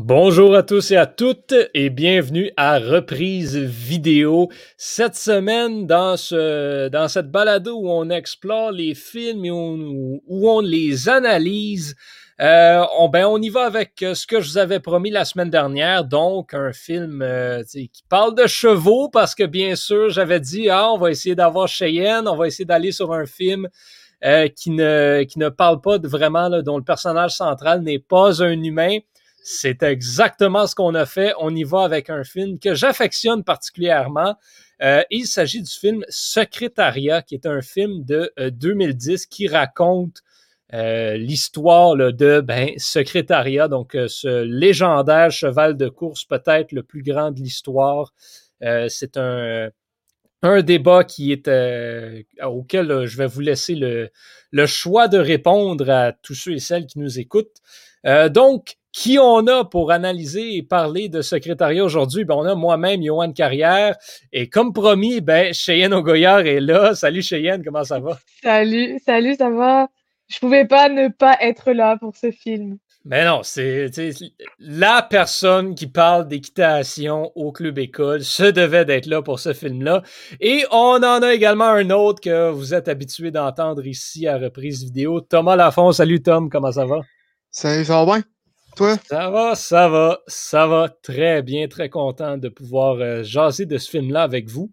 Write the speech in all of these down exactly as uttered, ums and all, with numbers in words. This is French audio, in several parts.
Bonjour à tous et à toutes et bienvenue à Reprise Vidéo. Cette semaine, dans, ce, dans cette balado où on explore les films et on, où on les analyse, euh, on, ben on y va avec ce que je vous avais promis la semaine dernière, donc un film euh, qui parle de chevaux parce que bien sûr, j'avais dit, ah, on va essayer d'avoir Cheyenne, on va essayer d'aller sur un film euh, qui, ne, qui ne parle pas de vraiment, là, dont le personnage central n'est pas un humain. C'est exactement ce qu'on a fait. On y va avec un film que j'affectionne particulièrement. Euh, il s'agit du film Secrétariat, qui est un film de euh, deux mille dix qui raconte euh, l'histoire là, de ben, Secrétariat, donc euh, ce légendaire cheval de course, peut-être le plus grand de l'histoire. Euh, c'est un, un débat qui est euh, auquel euh, je vais vous laisser le, le choix de répondre à tous ceux et celles qui nous écoutent. Euh, donc, qui on a pour analyser et parler de Secrétariat aujourd'hui? Ben, on a moi-même, Yoann Carrière, et comme promis, ben, Cheyenne Augoyard est là. Salut Cheyenne, comment ça va? Salut, salut, ça va? Je pouvais pas ne pas être là pour ce film. Mais non, c'est la personne qui parle d'équitation au Club École se devait d'être là pour ce film-là. Et on en a également un autre que vous êtes habitué d'entendre ici à Reprise Vidéo. Thomas Lafont. Salut Tom, comment ça va? Salut, ça va bien? Toi? Ça va, ça va, ça va très bien, très content de pouvoir euh, jaser de ce film-là avec vous.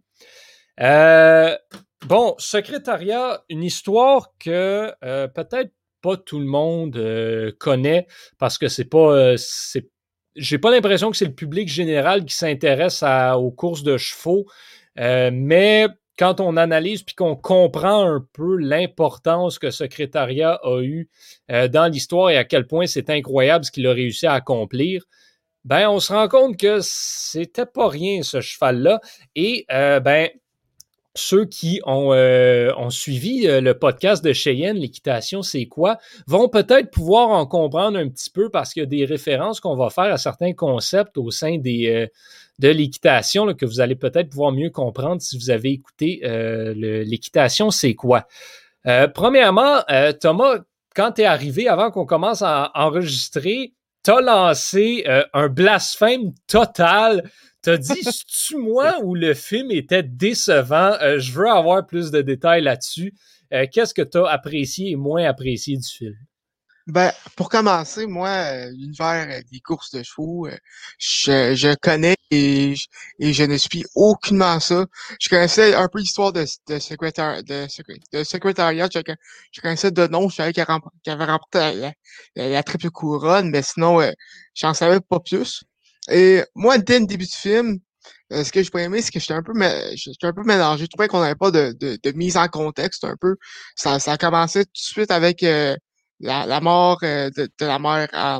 Euh, bon, Secrétariat, une histoire que euh, peut-être pas tout le monde euh, connaît parce que c'est pas, euh, c'est, j'ai pas l'impression que c'est le public général qui s'intéresse à, aux courses de chevaux, euh, mais quand on analyse puis qu'on comprend un peu l'importance que Secrétariat a eu euh, dans l'histoire et à quel point c'est incroyable ce qu'il a réussi à accomplir, ben on se rend compte que c'était pas rien ce cheval-là et euh, ben ceux qui ont, euh, ont suivi euh, le podcast de Cheyenne, l'équitation, c'est quoi, vont peut-être pouvoir en comprendre un petit peu parce qu'il y a des références qu'on va faire à certains concepts au sein des, euh, de l'équitation là, que vous allez peut-être pouvoir mieux comprendre si vous avez écouté euh, le, l'équitation, c'est quoi. Euh, premièrement, euh, Thomas, quand tu es arrivé, avant qu'on commence à enregistrer, tu as lancé euh, un blasphème total. T'as dit, c'est-tu moi ou le film était décevant? Euh, je veux avoir plus de détails là-dessus. Euh, qu'est-ce que tu as apprécié et moins apprécié du film? Ben, pour commencer, moi, euh, l'univers euh, des courses de chevaux, euh, je, je connais et je, et je ne suis aucunement ça. Je connaissais un peu l'histoire de, de, secrétaire, de, secré- de secrétariat. Je, je connaissais de nom, je savais qu'il avait qu'il avait remporté la, la, la- la triple couronne, mais sinon, euh, j'en savais pas plus. Et moi, dès le début du film, euh, ce que je pourrais aimer, c'est que j'étais un peu, mé- j'étais un peu mélangé. Je trouvais qu'on n'avait pas de, de, de mise en contexte un peu. Ça, ça a commencé tout de suite avec euh, la, la mort euh, de, de la mère à,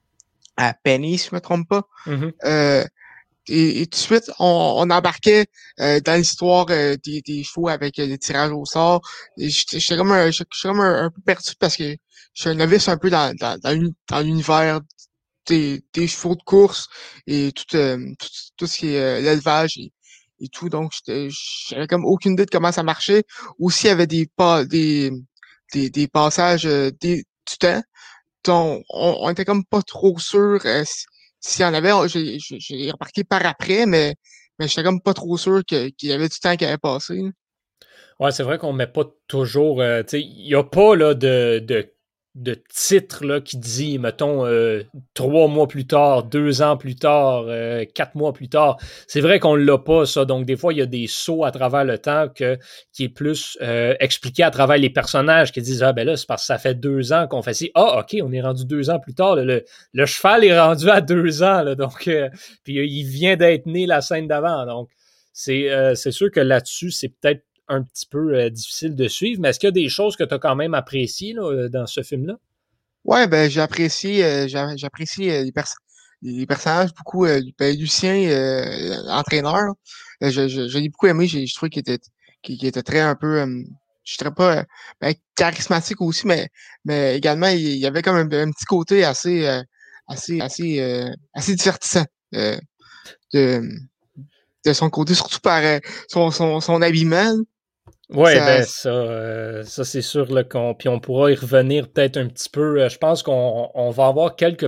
à Penny, si je me trompe pas. Mm-hmm. Euh, et, et tout de suite, on, on embarquait euh, dans l'histoire euh, des, des chevaux avec euh, les tirages au sort. Et J'étais j'étais comme, un, j'étais comme un, un peu perdu parce que je suis un novice un peu dans, dans, dans l'uni- dans l'univers des, des chevaux de course et tout, euh, tout, tout ce qui est euh, l'élevage et, et tout. Donc, j'étais- j'avais comme aucune idée de comment ça marchait. Aussi, il y avait des pas des, des, des passages euh, des, du temps. Donc, on, on était comme pas trop sûr euh, si- s'il y en avait. J'ai j'ai- j'ai remarqué par après, mais, mais j'étais comme pas trop sûr que- qu'il y avait du temps qui avait passé, là. Ouais, c'est vrai qu'on met pas toujours. Euh, tu sais, il n'y a pas là, de, de, de titre là, qui dit, mettons, euh, trois mois plus tard, deux ans plus tard, euh, quatre mois plus tard. C'est vrai qu'on l'a pas, ça. Donc, des fois, il y a des sauts à travers le temps que, qui est plus euh, expliqué à travers les personnages qui disent, ah ben là, c'est parce que ça fait deux ans qu'on fait ci. Ah, OK, on est rendu deux ans plus tard. Là, le, le cheval est rendu à deux ans. Là, donc, euh, puis euh, il vient d'être né la scène d'avant. Donc, c'est, euh, c'est sûr que là-dessus, c'est peut-être un petit peu euh, difficile de suivre, mais est-ce qu'il y a des choses que tu as quand même appréciées là, euh, dans ce film-là? Ouais, ben j'apprécie euh, j'a- j'apprécie euh, les, pers- les personnages beaucoup. Euh, ben, Lucien, euh, l'entraîneur, euh, je, je, je l'ai beaucoup aimé. J'ai, je trouve qu'il était, qu'il, qu'il était très un peu, euh, je dirais pas, euh, ben, charismatique aussi, mais, mais également il, il y avait comme un, un petit côté assez, euh, assez, assez, euh, assez divertissant euh, de, de son côté, surtout par euh, son, son, son habillement. Oui, Ça, ben ça, euh, ça c'est sûr là, qu'on, puis on pourra y revenir peut-être un petit peu. Euh, je pense qu'on on va avoir quelques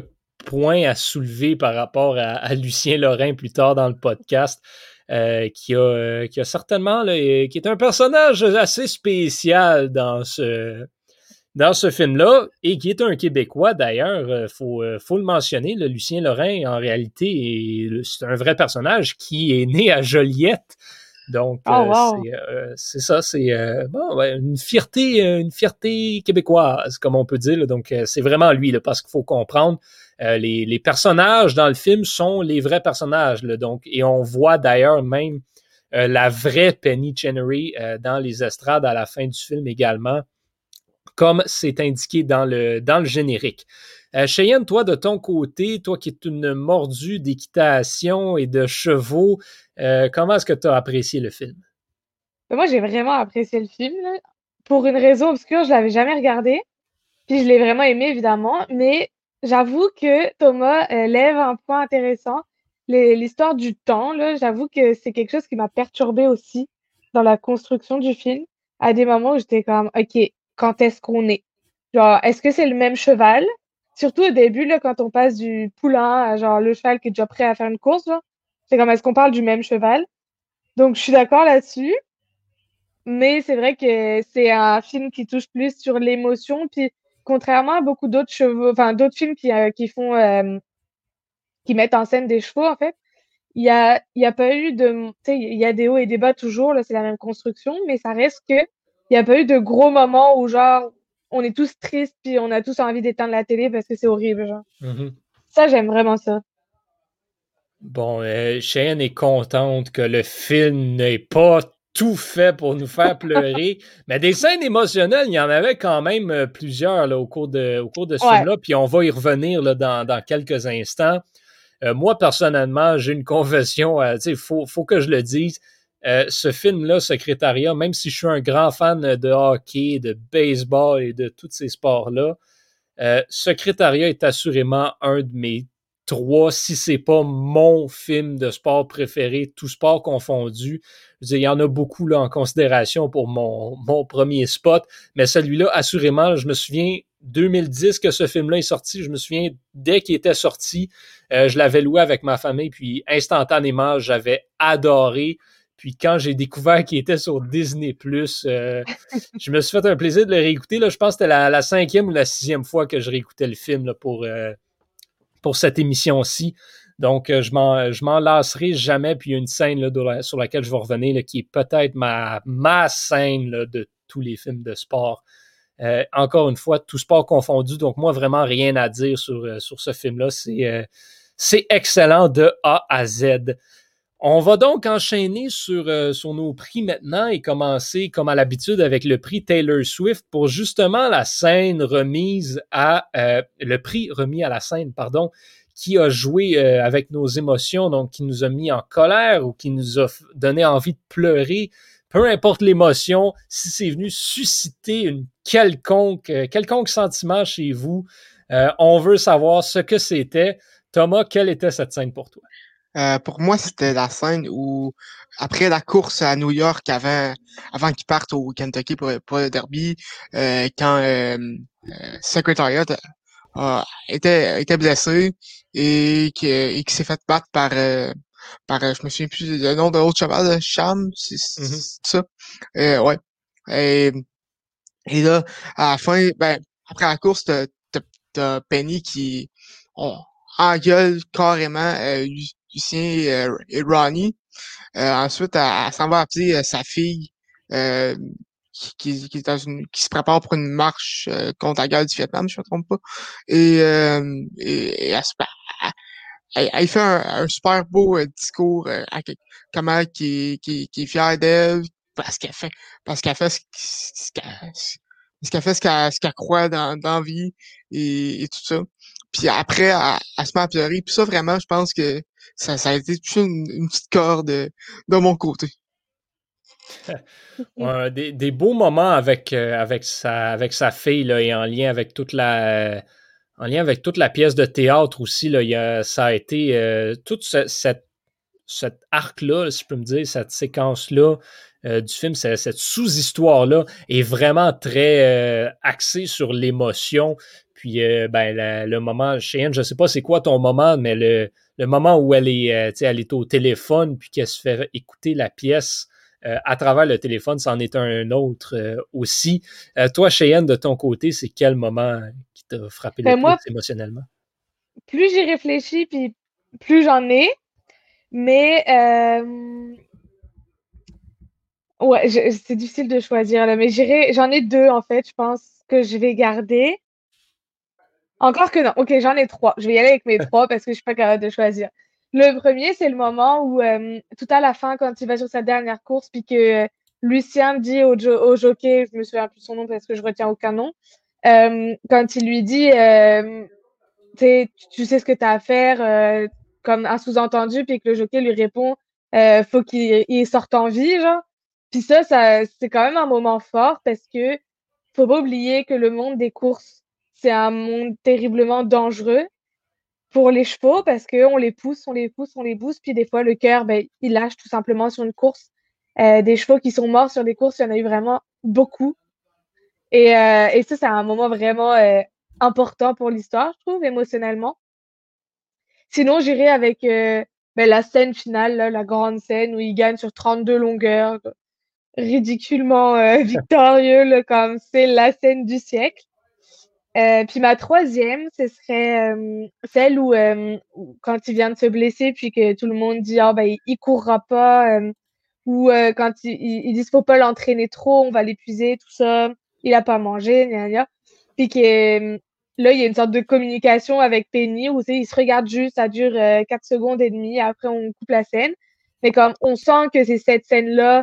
point à soulever par rapport à, à Lucien Lorrain plus tard dans le podcast, euh, qui, a, euh, qui a certainement, là, qui est un personnage assez spécial dans ce, dans ce film-là, et qui est un Québécois d'ailleurs, il faut, faut le mentionner, le Lucien Lorrain, en réalité, est, c'est un vrai personnage qui est né à Joliette. Donc, oh, euh, wow. c'est, euh, c'est ça, c'est euh, bon, ouais, une fierté, une fierté québécoise, comme on peut dire. Là. Donc, euh, c'est vraiment lui, là, parce qu'il faut comprendre, euh, les, les personnages dans le film sont les vrais personnages. Là, donc, et on voit d'ailleurs même euh, la vraie Penny Chenery euh, dans les estrades à la fin du film également, comme c'est indiqué dans le, dans le générique. Euh, Cheyenne, toi, de ton côté, toi qui es une mordue d'équitation et de chevaux, euh, comment est-ce que tu as apprécié le film? Moi, j'ai vraiment apprécié le film, là. Pour une raison obscure, je l'avais jamais regardé, puis je l'ai vraiment aimé, évidemment, mais j'avoue que Thomas euh, lève un point intéressant. Les- L'histoire du temps, là, j'avoue que c'est quelque chose qui m'a perturbée aussi dans la construction du film. À des moments où j'étais comme, OK, quand est-ce qu'on est? Genre, est-ce que c'est le même cheval? Surtout au début, là, quand on passe du poulain à genre le cheval qui est déjà prêt à faire une course, là. C'est comme, est-ce qu'on parle du même cheval? Donc, je suis d'accord là-dessus. Mais c'est vrai que c'est un film qui touche plus sur l'émotion. Puis, contrairement à beaucoup d'autres chevaux, enfin, d'autres films qui, euh, qui font, euh, qui mettent en scène des chevaux, en fait, il y a, il y a pas eu de, tu sais, il y a des hauts et des bas toujours, là, c'est la même construction, mais ça reste que, il y a pas eu de gros moments où, genre, on est tous tristes puis on a tous envie d'éteindre la télé parce que c'est horrible, genre. Mm-hmm. Ça, j'aime vraiment ça. Bon, euh, Cheyenne est contente que le film n'ait pas tout fait pour nous faire pleurer, mais des scènes émotionnelles, il y en avait quand même euh, plusieurs là, au, cours de, au cours de ce Ouais. film-là, puis on va y revenir là, dans, dans quelques instants. Euh, moi, personnellement, j'ai une confession, euh, il faut, faut que je le dise. Euh, ce film-là, Secrétariat, même si je suis un grand fan de hockey, de baseball et de tous ces sports-là, euh, Secrétariat est assurément un de mes trois, si c'est pas mon film de sport préféré, tout sport confondu. Je veux dire, il y en a beaucoup là, en considération pour mon, mon premier spot, mais celui-là, assurément, je me souviens, deux mille dix que ce film-là est sorti, je me souviens, dès qu'il était sorti, euh, je l'avais loué avec ma famille, puis instantanément, j'avais adoré. Puis quand j'ai découvert qu'il était sur Disney+, euh, je me suis fait un plaisir de le réécouter. Là. Je pense que c'était la, la cinquième ou la sixième fois que je réécoutais le film là, pour, euh, pour cette émission-ci. Donc, euh, je m'en, je m'en lasserai jamais. Puis il y a une scène là, la, sur laquelle je vais revenir là, qui est peut-être ma, ma scène là, de tous les films de sport. Euh, encore une fois, tout sport confondu. Donc, moi, vraiment rien à dire sur, euh, sur ce film-là. C'est, euh, c'est excellent de A à Z. On va donc enchaîner sur, euh, sur nos prix maintenant et commencer, comme à l'habitude, avec le prix Taylor Swift pour justement la scène remise à... Euh, le prix remis à la scène, pardon, qui a joué euh, avec nos émotions, donc qui nous a mis en colère ou qui nous a donné envie de pleurer. Peu importe l'émotion, si c'est venu susciter une quelconque, euh, quelconque sentiment chez vous, euh, on veut savoir ce que c'était. Thomas, quelle était cette scène pour toi? Euh, pour moi, c'était la scène où, après la course à New York, avant, avant qu'ils partent au Kentucky pour, pour le derby, euh, quand euh, euh, Secretariat euh, était, était blessé et qui, et qui s'est fait battre par, euh, par euh, je me souviens plus le nom de l'autre cheval, Cham, c'est Mm-hmm. c'est ça? Euh, ouais. Et, et là, à la fin, ben, après la course, t'as, t'as, t'as Penny qui on, engueule carrément euh, Lucien euh, et Ronnie. Euh, ensuite, elle, elle s'en va appeler euh, sa fille euh, qui, qui, qui est dans une, qui se prépare pour une marche euh, contre la guerre du Vietnam, je me trompe pas. Et, euh, et, et elle, se- elle, elle- elle fait un, un super beau euh, discours euh, à, comment qui, qui, qui est fière d'elle parce qu'elle fait parce qu'elle fait ce, ce qu'elle ce qu'elle fait ce qu'elle ce qu'elle croit dans, dans la vie et, et tout ça. Puis après, elle, elle se met à pleurer. Puis ça, vraiment, je pense que ça, ça a été touché une, une petite corde de, de mon côté. Ouais, des, des beaux moments avec, euh, avec, sa, avec sa fille là, et en lien avec toute la, en lien avec toute la pièce de théâtre aussi. Là, il y a, ça a été euh, toute ce- cette cet arc-là, si je peux me dire, cette séquence-là euh, du film, cette, cette sous-histoire-là est vraiment très euh, axée sur l'émotion. Puis, euh, ben, la, le moment, Cheyenne, je sais pas c'est quoi ton moment, mais le, le moment où elle est, euh, elle est au téléphone, puis qu'elle se fait écouter la pièce euh, à travers le téléphone, c'en est un autre euh, aussi. Euh, toi, Cheyenne, de ton côté, c'est quel moment qui t'a frappé le Ben plus moi, émotionnellement? plus j'y réfléchis, puis plus j'en ai. Mais euh, ouais, je- c'est difficile de choisir là. Mais j'irai, j'en ai deux en fait. Je pense que je vais garder. Encore que non. Ok, j'en ai trois. Je vais y aller avec mes trois parce que je suis pas capable de choisir. Le premier, c'est le moment où euh, tout à la fin, quand il va sur sa dernière course, puis que euh, Lucien dit au, jo- au jockey, je me souviens plus de son nom parce que je retiens aucun nom, euh, quand il lui dit, euh, tu sais, tu tu sais ce que tu as à faire, euh, comme un sous-entendu, puis que le jockey lui répond, euh, faut qu'il il sorte en vie, genre. Puis ça, ça, c'est quand même un moment fort parce que faut pas oublier que le monde des courses, c'est un monde terriblement dangereux pour les chevaux parce que on les pousse, on les pousse, on les pousse, puis des fois le cœur, ben, il lâche tout simplement sur une course. Euh, des chevaux qui sont morts sur des courses, il y en a eu vraiment beaucoup. Et, euh, et ça, c'est un moment vraiment euh, important pour l'histoire, je trouve, émotionnellement. Sinon, j'irai avec euh, ben, la scène finale, là, la grande scène où il gagne sur trente-deux longueurs, ridiculement euh, victorieux, là, comme c'est la scène du siècle. Euh, puis ma troisième, ce serait euh, celle où, euh, où quand il vient de se blesser, puis que tout le monde dit ah ben il, il courra pas, euh, ou euh, quand ils, ils, ils disent faut pas l'entraîner trop, on va l'épuiser, tout ça, il a pas mangé, gna, gna. Puis que euh, là il y a une sorte de communication avec Penny où tu sais, ils se regardent juste, ça dure euh, quatre secondes et demie, après on coupe la scène, mais comme on sent que c'est cette scène-là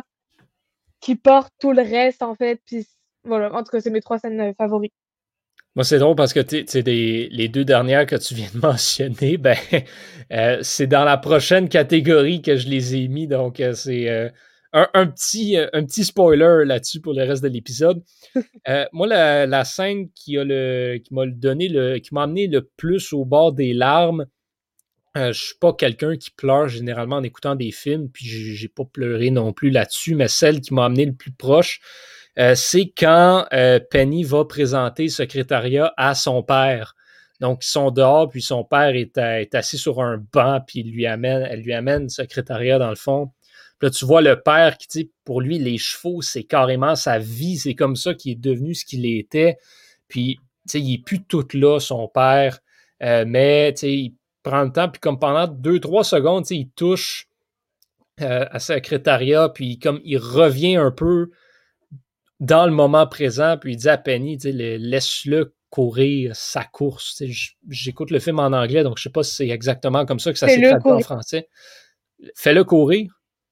qui porte tout le reste en fait, puis voilà, en tout cas c'est mes trois scènes euh, favoris. Moi, c'est drôle parce que t'sais, des, les deux dernières que tu viens de mentionner, ben, euh, c'est dans la prochaine catégorie que je les ai mis. Donc, euh, c'est euh, un, un, petit, euh, un petit spoiler là-dessus pour le reste de l'épisode. Euh, moi, la, la scène qui, a le, qui m'a donné le, qui m'a amené le plus au bord des larmes, euh, je suis pas quelqu'un qui pleure généralement en écoutant des films, puis j'ai, j'ai pas pleuré non plus là-dessus, mais celle qui m'a amené le plus proche, euh, c'est quand euh, Penny va présenter secrétariat à son père. Donc, ils sont dehors, puis son père est, à, est assis sur un banc, puis il lui amène, elle lui amène secrétariat dans le fond. Puis là, tu vois le père qui, tu sais, pour lui, les chevaux, c'est carrément sa vie. C'est comme ça qu'il est devenu ce qu'il était. Puis, tu sais, il est plus tout là, son père. Euh, mais, tu sais, il prend le temps, puis comme pendant deux, trois secondes, tu sais, il touche euh, à secrétariat, puis comme il revient un peu dans le moment présent, puis il dit à Penny, laisse-le courir sa course. J'écoute le film en anglais, donc je sais pas si c'est exactement comme ça que ça C'est s'est le traduit en courrier. français. Fais-le courir.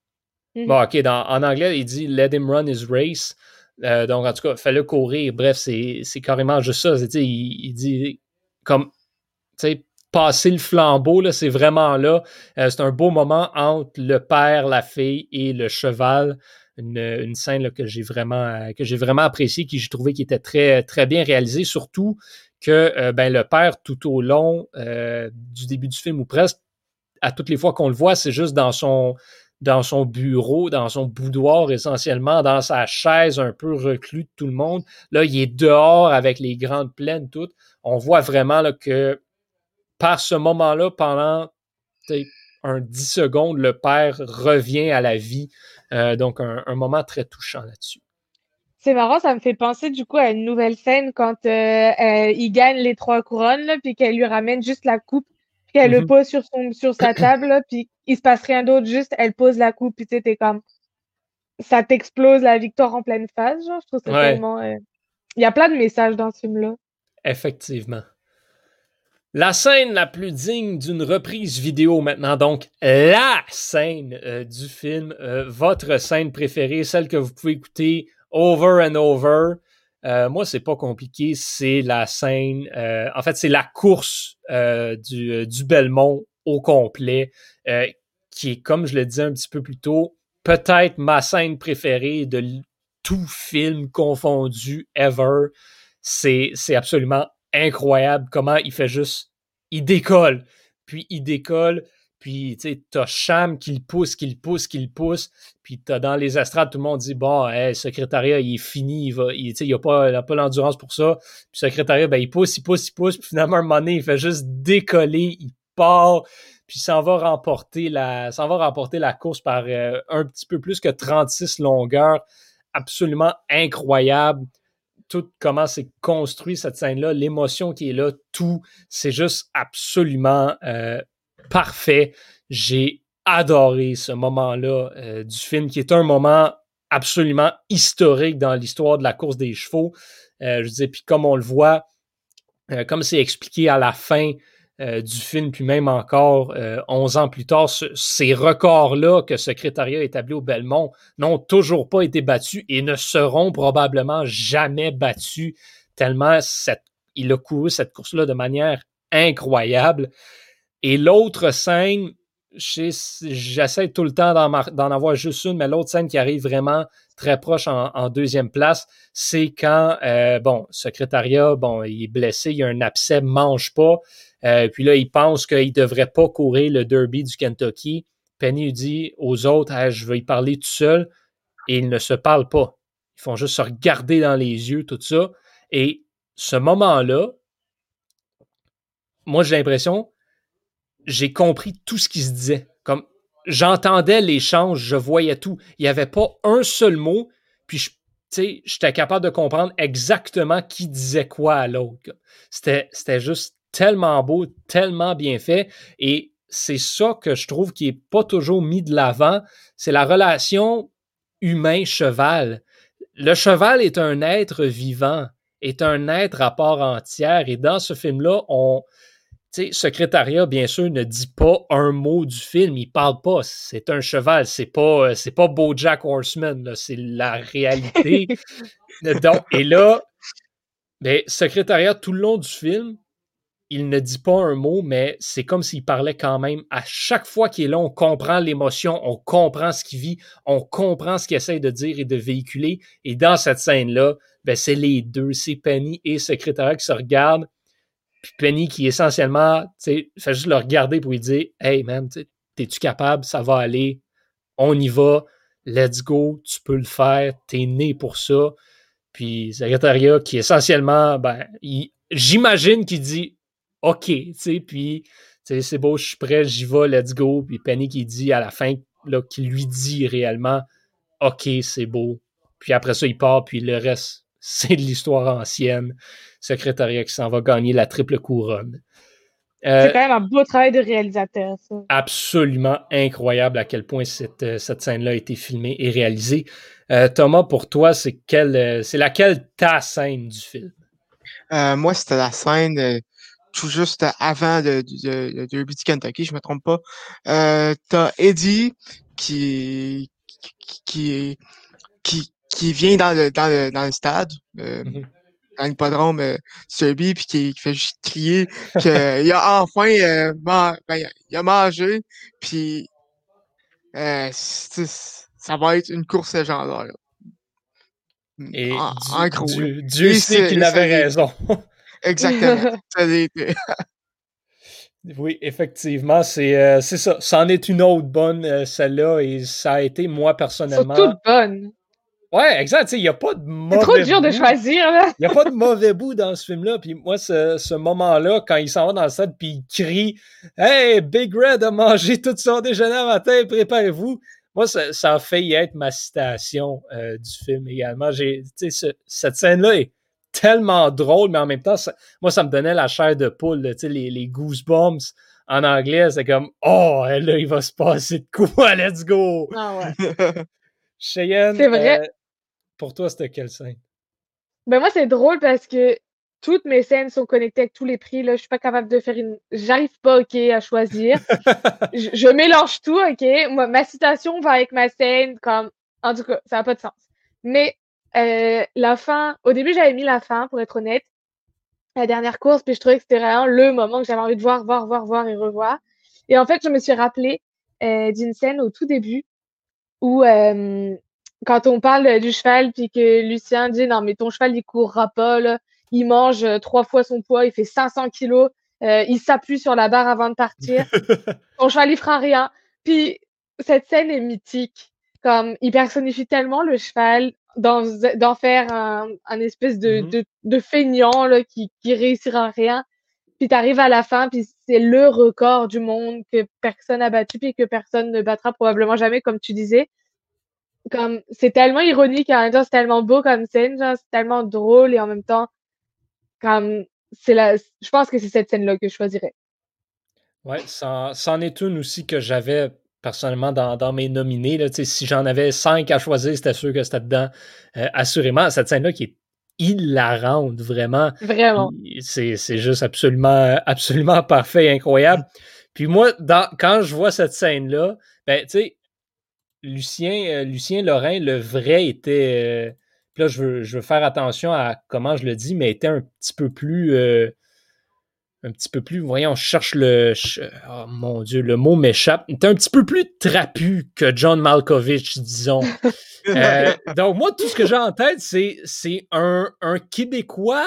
Mm. Bon, OK, dans, en anglais, il dit let him run his race. Euh, donc, en tout cas, fais-le courir. Bref, c'est, c'est carrément juste ça. Il, il dit comme, tu sais, passer le flambeau, là, c'est vraiment là. Euh, c'est un beau moment entre le père, la fille et le cheval. Une, une scène là, que j'ai vraiment que j'ai vraiment appréciée, qui j'ai trouvé qui était très, très bien réalisée, surtout que euh, ben, le père, tout au long euh, du début du film, ou presque, à toutes les fois qu'on le voit, c'est juste dans son, dans son bureau, dans son boudoir essentiellement, dans sa chaise un peu reclus de tout le monde. Là, il est dehors avec les grandes plaines toutes. On voit vraiment là, que par ce moment-là, pendant un dix secondes, le père revient à la vie. Euh, donc, un, un moment très touchant là-dessus. C'est marrant, ça me fait penser du coup à une nouvelle scène quand euh, euh, il gagne les trois couronnes, là, puis qu'elle lui ramène juste la coupe, puis elle le Mm-hmm. pose sur son sur sa table, là, puis il se passe rien d'autre, juste elle pose la coupe, puis tu sais, t'es comme ça t'explose la victoire en pleine face, genre, je trouve ça Ouais, tellement. euh, Il y a plein de messages dans ce film-là. effectivement. La scène la plus digne d'une reprise vidéo maintenant, donc la scène euh, du film, euh, votre scène préférée, celle que vous pouvez écouter over and over. Euh, moi, c'est pas compliqué, c'est la scène, euh, en fait, c'est la course euh, du, euh, du Belmont au complet, euh, qui est, comme je le disais un petit peu plus tôt, peut-être ma scène préférée de tout film confondu ever. C'est, c'est absolument incroyable comment il fait juste, il décolle, puis il décolle, Puis, tu sais, t'as Cham qui le pousse, qui le pousse, qui le pousse. Puis, t'as dans les estrades, tout le monde dit, bon, hey, le secrétariat, il est fini. Il va, il, tu sais, il n'a pas, il a pas l'endurance pour ça. Puis, le secrétariat, ben, il pousse, il pousse, il pousse. Puis, finalement, un moment donné, il fait juste décoller. Il part. Puis, s'en va remporter la, s'en va remporter la course par euh, un petit peu plus que trente-six longueurs. Absolument incroyable. Tout comment c'est construit, cette scène-là, l'émotion qui est là, tout, c'est juste absolument euh, parfait. J'ai adoré ce moment-là euh, du film, qui est un moment absolument historique dans l'histoire de la course des chevaux. Euh, je veux dire, puis comme on le voit, euh, comme c'est expliqué à la fin euh, du film, puis même encore euh, onze ans plus tard, ce, ces records-là que Secrétariat a établis au Belmont n'ont toujours pas été battus et ne seront probablement jamais battus, tellement cette, il a couru cette course-là de manière incroyable. Et l'autre scène, j'essaie tout le temps d'en, d'en avoir juste une, mais l'autre scène qui arrive vraiment très proche en, en deuxième place, c'est quand, euh, bon, Secrétariat, bon, il est blessé, il y a un abcès, mange pas, euh, puis là, il pense qu'il devrait pas courir le Derby du Kentucky. Penny lui dit aux autres, hey, je vais y parler tout seul, et ils ne se parlent pas. Ils font juste se regarder dans les yeux, tout ça. Et ce moment-là, moi, j'ai l'impression, j'ai compris tout ce qui se disait. Comme j'entendais l'échange, je voyais tout. Il n'y avait pas un seul mot, puis je, j'étais capable de comprendre exactement qui disait quoi à l'autre. C'était, c'était juste tellement beau, tellement bien fait. Et c'est ça que je trouve qui n'est pas toujours mis de l'avant. C'est la relation humain-cheval. Le cheval est un être vivant, est un être à part entière. Et dans ce film-là, on... Tu sais, Secrétariat, bien sûr, ne dit pas un mot du film. Il parle pas. C'est un cheval. C'est pas, c'est pas BoJack Horseman. Là. C'est la réalité. Donc, et là, ben, Secrétariat, tout le long du film, il ne dit pas un mot, mais c'est comme s'il parlait quand même. À chaque fois qu'il est là, on comprend l'émotion, on comprend ce qu'il vit, on comprend ce qu'il essaie de dire et de véhiculer. Et dans cette scène-là, ben, c'est les deux. C'est Penny et Secrétariat qui se regardent. Puis Penny qui essentiellement, tu sais, fait juste le regarder pour lui dire « Hey man, t'es-tu capable? Ça va aller. On y va. Let's go. Tu peux le faire. T'es né pour ça. » Puis Secrétariat qui essentiellement, ben, il, j'imagine qu'il dit « OK. » Tu sais, puis c'est beau, je suis prêt, j'y vais, let's go. Puis Penny qui dit à la fin, là, qui lui dit réellement « OK, c'est beau. » Puis après ça, il part, puis le reste, c'est de l'histoire ancienne. Secrétariat qui s'en va gagner la triple couronne. Euh, c'est quand même un beau travail de réalisateur, ça. Absolument incroyable à quel point cette, cette scène-là a été filmée et réalisée. Euh, Thomas, pour toi, c'est, quelle, c'est laquelle ta scène du film? Euh, moi, c'était la scène euh, tout juste avant le, le, le Derby du Kentucky, je me trompe pas. Euh, t'as Eddie qui qui, qui qui vient dans le dans le dans le stade. Euh, mm-hmm. Dans l'hippodrome euh, Derby, puis qui, qui fait juste crier qu'il a enfin euh, man, ben, il a mangé, puis euh, ça va être une course légendaire. Et en, Dieu, en gros, Dieu, Dieu sait qu'il avait raison. Exactement. Oui, effectivement, c'est, euh, c'est ça. C'en est une autre bonne, euh, celle-là, et ça a été, moi, personnellement... Ils sont toutes bonnes. Ouais, exact. Il n'y a pas de mauvais C'est trop dur bout. de choisir, là. Il n'y a pas de mauvais bout dans ce film-là. Puis moi, ce, ce moment-là, quand il s'en va dans le stade, puis il crie « Hey, Big Red a mangé tout son déjeuner à matin, préparez-vous ». Moi, ça, ça a failli être ma citation euh, du film également. J'ai, ce, cette scène-là est tellement drôle, mais en même temps, ça, moi, ça me donnait la chair de poule, là, les, les goosebumps en anglais. C'est comme « Oh, là, il va se passer de quoi? Let's go! » Ah ouais. Cheyenne, c'est vrai. Euh, pour toi, c'était quelle scène? Ben moi, c'est drôle parce que toutes mes scènes sont connectées avec tous les prix. Là. Je suis pas capable de faire une... J'arrive pas, OK, à choisir. je, je mélange tout, OK? Moi, ma citation va avec ma scène, comme... En tout cas, ça n'a pas de sens. Mais euh, la fin... Au début, j'avais mis la fin, pour être honnête. La dernière course, puis je trouvais que c'était vraiment le moment que j'avais envie de voir, voir, voir, voir et revoir. Et en fait, je me suis rappelée euh, d'une scène au tout début où... Euh, quand on parle du cheval, puis que Lucien dit « Non, mais ton cheval, il courra pas, là. Il mange trois fois son poids, il fait cinq cents kilos. euh, il s'appuie sur la barre avant de partir. Son cheval, il fera rien. Puis, cette scène est mythique. Comme, il personnifie tellement le cheval d'en, d'en faire un, un espèce de, Mhm. de, de feignant, là, qui, qui réussira rien. Puis t'arrives à la fin, puis c'est le record du monde que personne n'a battu, puis que personne ne battra probablement jamais, comme tu disais. Comme, c'est tellement ironique, et en même temps, c'est tellement beau comme scène, genre, c'est tellement drôle, et en même temps, comme, c'est la, je pense que c'est cette scène-là que je choisirais. Ouais, c'en, c'en est une aussi que j'avais personnellement dans, dans mes nominés. Là. Si j'en avais cinq à choisir, c'était sûr que c'était dedans. Euh, assurément, cette scène-là qui est hilarante, vraiment. Vraiment. Puis C'est, c'est juste absolument, absolument parfait et incroyable. Puis moi, dans, quand je vois cette scène-là, ben, tu sais, Lucien, euh, Lucien Lorrain, le vrai était. Euh, puis là, je veux, je veux faire attention à comment je le dis, mais était un petit peu plus. Euh, un petit peu plus, voyons, je cherche le, je, oh mon Dieu, le mot m'échappe. Il était un petit peu plus trapu que John Malkovich, disons. euh, donc moi, tout ce que j'ai en tête, c'est, c'est un, un Québécois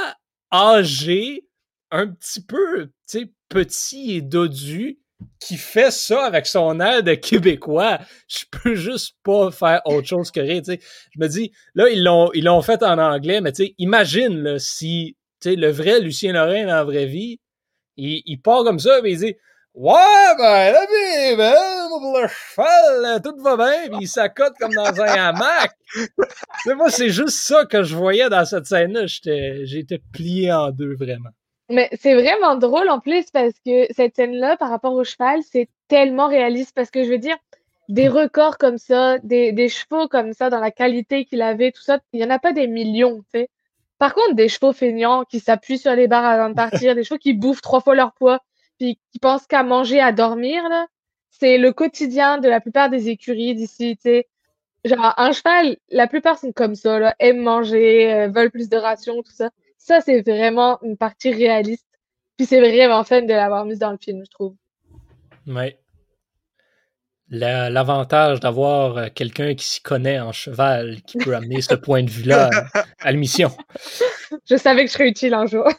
âgé, un petit peu, tu sais, petit et dodu, qui fait ça avec son air de Québécois. Je peux juste pas faire autre chose que rire, tu sais. Je me dis, là, ils l'ont, ils l'ont fait en anglais, mais tu sais, imagine, là, si, tu sais, le vrai Lucien Lorrain dans la vraie vie, il, il part comme ça, mais il dit ouais, ben, la vie, ben, le cheval, tout va bien, puis il s'accote comme dans un hamac. Mais moi, c'est juste ça que je voyais dans cette scène-là. J'étais, j'étais plié en deux, vraiment. Mais c'est vraiment drôle en plus parce que cette scène-là, par rapport au cheval, c'est tellement réaliste parce que je veux dire, des records comme ça, des, des chevaux comme ça, dans la qualité qu'il avait, tout ça, il y en a pas des millions, tu sais. Par contre, des chevaux feignants qui s'appuient sur les barres avant de partir, des chevaux qui bouffent trois fois leur poids, puis qui pensent qu'à manger, à dormir, là, c'est le quotidien de la plupart des écuries d'ici, tu sais. Genre, un cheval, la plupart sont comme ça, là, aiment manger, euh, veulent plus de rations, tout ça. Ça, c'est vraiment une partie réaliste. Puis c'est vraiment fun de l'avoir mis dans le film, je trouve. Ouais. La, l'avantage d'avoir euh, quelqu'un qui s'y connaît en cheval, qui peut amener ce point de vue-là à, à l'émission. Je savais que je serais utile un jour.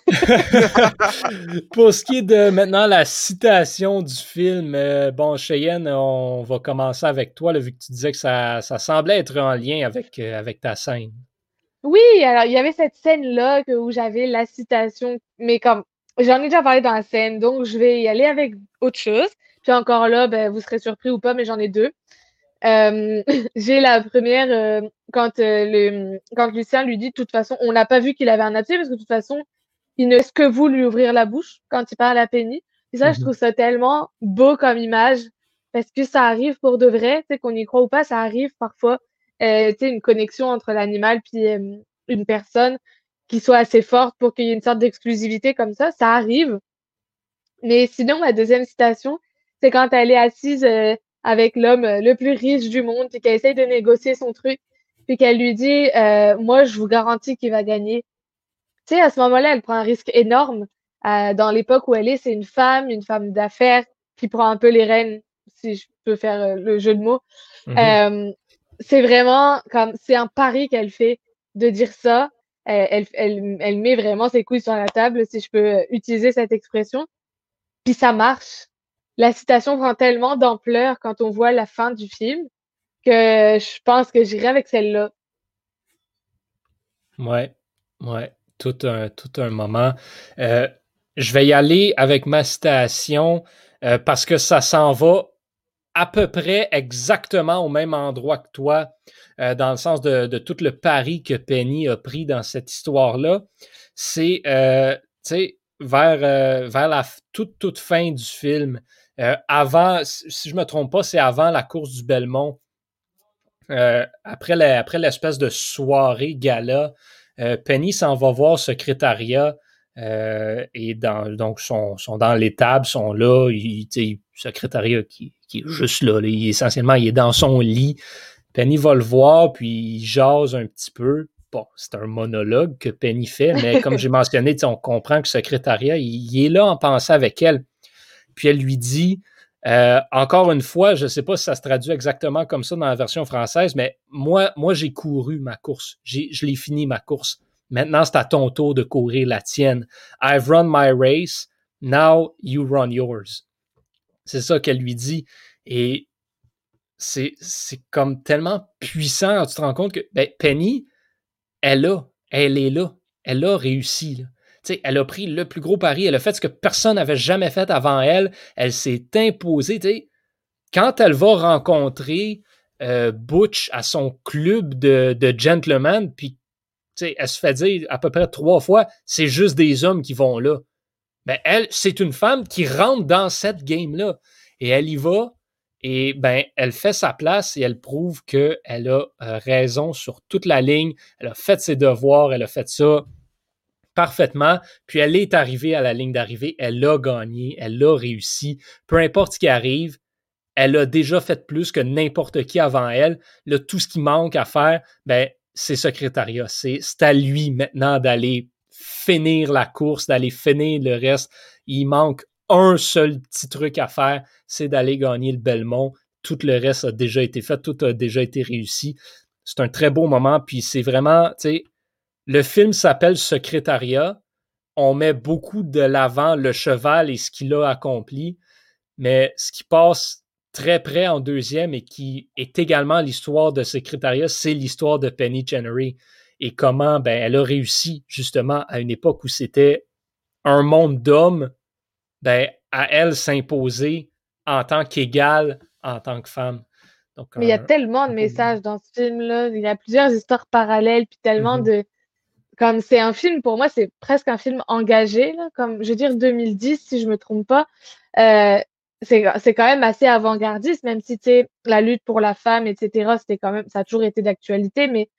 Pour ce qui est de maintenant la citation du film, euh, bon, Cheyenne, on va commencer avec toi, là, vu que tu disais que ça, ça semblait être en lien avec, euh, avec ta scène. Oui, alors il y avait cette scène-là que, où j'avais la citation, mais comme j'en ai déjà parlé dans la scène, donc je vais y aller avec autre chose. Puis encore là, ben, vous serez surpris ou pas, mais j'en ai deux. Euh, j'ai la première euh, quand euh, le quand Lucien lui dit de toute façon, on n'a pas vu qu'il avait un abcès parce que de toute façon, il ne laisse que vous lui ouvrir la bouche quand il parle à Penny. Et ça, je trouve ça tellement beau comme image parce que ça arrive pour de vrai, tu sais, qu'on y croit ou pas, ça arrive parfois. Euh, tu sais, une connexion entre l'animal puis euh, une personne qui soit assez forte pour qu'il y ait une sorte d'exclusivité comme ça, ça arrive. Mais sinon, ma deuxième citation, c'est quand elle est assise euh, avec l'homme euh, le plus riche du monde, puis qu'elle essaye de négocier son truc, puis qu'elle lui dit euh, moi, je vous garantis qu'il va gagner. Tu sais, à ce moment-là, elle prend un risque énorme. Euh, dans l'époque où elle est, c'est une femme, une femme d'affaires qui prend un peu les rênes, si je peux faire euh, le jeu de mots. Mm-hmm. Euh, c'est vraiment comme c'est un pari qu'elle fait de dire ça. Euh, elle, elle, elle met vraiment ses couilles sur la table, si je peux utiliser cette expression. Puis ça marche. La citation prend tellement d'ampleur quand on voit la fin du film que je pense que j'irai avec celle-là. Ouais, ouais, tout un, tout un moment. Euh, je vais y aller avec ma citation euh, parce que ça s'en va à peu près exactement au même endroit que toi, euh, dans le sens de, de tout le pari que Penny a pris dans cette histoire-là. C'est, euh, tu sais, vers, euh, vers la toute, toute fin du film, euh, avant, si je ne me trompe pas, c'est avant la course du Belmont. Euh, après, la, après l'espèce de soirée gala, euh, Penny s'en va voir secrétariat euh, et dans, donc sont, sont dans l'étable, sont là, il, secrétariat qui, qui est juste là, là il, essentiellement il est dans son lit. Penny va le voir, puis il jase un petit peu. Bon, c'est un monologue que Penny fait, mais comme j'ai mentionné, on comprend que secrétariat, il, il est là en pensant avec elle. Puis elle lui dit, euh, encore une fois, je ne sais pas si ça se traduit exactement comme ça dans la version française, mais moi, moi j'ai couru ma course. J'ai, je l'ai fini, ma course. Maintenant, c'est à ton tour de courir la tienne. I've run my race. Now you run yours. C'est ça qu'elle lui dit. Et c'est, c'est comme tellement puissant. Tu te rends compte que ben, Penny, elle a, elle est là. Elle a réussi. Là. T'sais, elle a pris le plus gros pari. Elle a fait ce que personne n'avait jamais fait avant elle. Elle s'est imposée. T'sais. Quand elle va rencontrer euh, Butch à son club de, de gentlemen, puis elle se fait dire à peu près trois fois, c'est juste des hommes qui vont là. Ben, elle, c'est une femme qui rentre dans cette game-là. Et elle y va, et ben, elle fait sa place et elle prouve qu'elle a euh, raison sur toute la ligne. Elle a fait ses devoirs, elle a fait ça parfaitement. Puis elle est arrivée à la ligne d'arrivée, elle a gagné, elle a réussi. Peu importe ce qui arrive, elle a déjà fait plus que n'importe qui avant elle. Là, tout ce qui manque à faire, ben, c'est secrétariat. C'est, c'est à lui maintenant d'aller finir la course, d'aller finir le reste. Il manque un seul petit truc à faire, c'est d'aller gagner le Belmont. Tout le reste a déjà été fait, tout a déjà été réussi. C'est un très beau moment, puis c'est vraiment, tu sais, le film s'appelle Secrétariat. On met beaucoup de l'avant le cheval et ce qu'il a accompli, mais ce qui passe très près en deuxième et qui est également l'histoire de Secrétariat, c'est l'histoire de Penny Chenery et comment ben, elle a réussi justement à une époque où c'était un monde d'hommes, ben, à elle s'imposer en tant qu'égale, en tant que femme. Donc, Mais il y a un... tellement de messages dans ce film-là. Il y a plusieurs histoires parallèles, puis tellement mm-hmm. de... Comme c'est un film, pour moi, c'est presque un film engagé, là, comme je veux dire deux mille dix, si je me trompe pas. Euh, c'est, c'est quand même assez avant-gardiste, même si, tu sais, la lutte pour la femme, et cetera, c'était quand même, ça a toujours été d'actualité, mais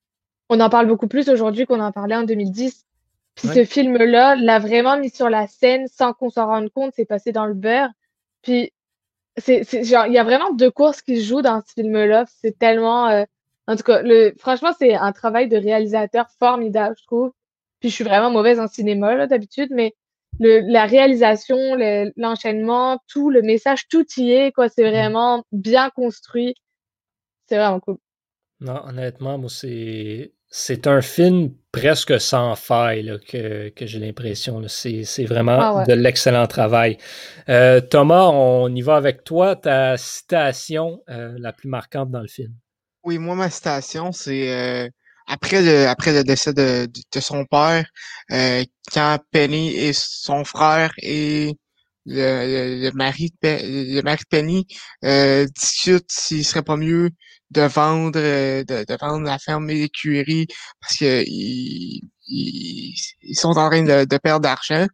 on en parle beaucoup plus aujourd'hui qu'on en parlait en deux mille dix. Puis Ouais. ce film-là l'a vraiment mis sur la scène sans qu'on s'en rende compte, c'est passé dans le beurre. Puis c'est, c'est genre, il y a vraiment deux courses qui se jouent dans ce film-là. C'est tellement, euh, en tout cas, le, franchement, c'est un travail de réalisateur formidable, je trouve. Puis je suis vraiment mauvaise en cinéma, là, d'habitude, mais le, la réalisation, le, l'enchaînement, tout, le message, tout y est, quoi. C'est vraiment bien construit. C'est vraiment cool. Non, honnêtement, moi, c'est, c'est un film presque sans faille là, que, que j'ai l'impression. Là. C'est, c'est vraiment Ah ouais. de l'excellent travail. Euh, Thomas, on y va avec toi. Ta citation euh, la plus marquante dans le film. Oui, moi, ma citation, c'est euh, après le après le décès de, de, de son père, euh, quand Penny et son frère et le, le, le mari de Pe- le mari de Penny euh, discutent s'il serait pas mieux de vendre euh, de, de vendre la ferme et l'écurie parce que ils, ils, ils sont en train de, de perdre d'argent.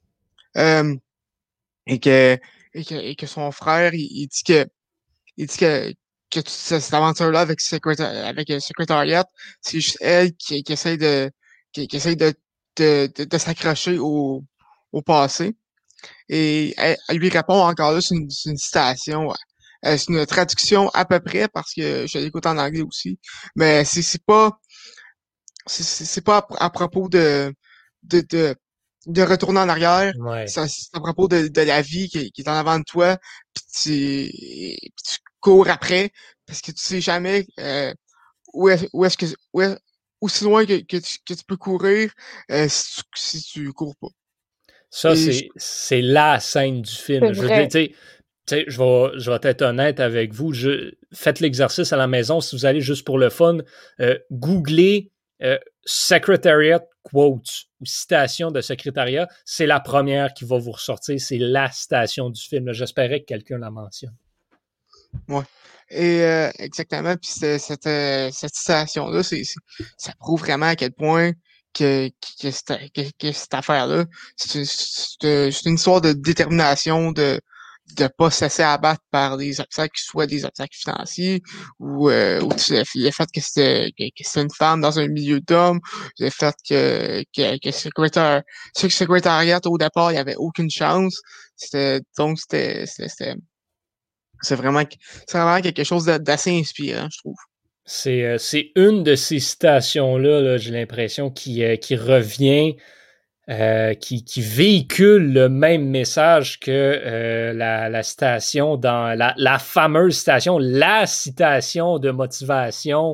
Euh, et que et que et que son frère il, il dit que il dit que que toute cette aventure-là avec Secréta- avec euh, Secretariat, c'est juste elle qui, qui essaie de qui, qui essaie de de, de, de s'accrocher au au passé. Et elle, elle lui répond encore là, c'est une, c'est une citation. Ouais. Euh, c'est une traduction à peu près parce que je l'écoute en anglais aussi. Mais c'est c'est pas c'est c'est c'est pas à, à propos de de de de retourner en arrière, Ouais. ça, c'est à propos de, de la vie qui, qui est en avant de toi, puis tu, puis tu cours après, parce que tu sais jamais euh, où est, où est-ce que où est, aussi loin que, que, tu, que tu peux courir euh, si, tu, si tu cours pas. Ça, Et je- c'est, c'est la scène du film. C'est Je veux dire, vrai. tu sais, tu sais, je vais, je vais être honnête avec vous. Je, faites l'exercice à la maison si vous allez juste pour le fun. Euh, googlez euh, Secretariat Quotes ou citation de secrétariat. C'est la première qui va vous ressortir. C'est la citation du film. J'espérais que quelqu'un la mentionne. ouais. Et euh, exactement, puis c'est- cette, euh, cette citation-là, c'est, c'est- ça prouve vraiment à quel point que, que, cette, que, que cette affaire-là, c'est une, c'est c'est une histoire de détermination, de de pas se laisser abattre par des obstacles, soit des obstacles financiers, ou, euh, ou tu- le fait que c'était que, que c'était une femme dans un milieu d'hommes, le fait que, que, que secrétaire, ce secrétariat au départ, il y avait aucune chance. C'était donc c'était c'était c'était- c'est vraiment c'est vraiment quelque chose de- d'assez inspirant, je trouve. C'est, euh, c'est une de ces citations-là, là, j'ai l'impression, qui, euh, qui revient, euh, qui, qui véhicule le même message que euh, la, la citation dans la, la fameuse citation, la citation de motivation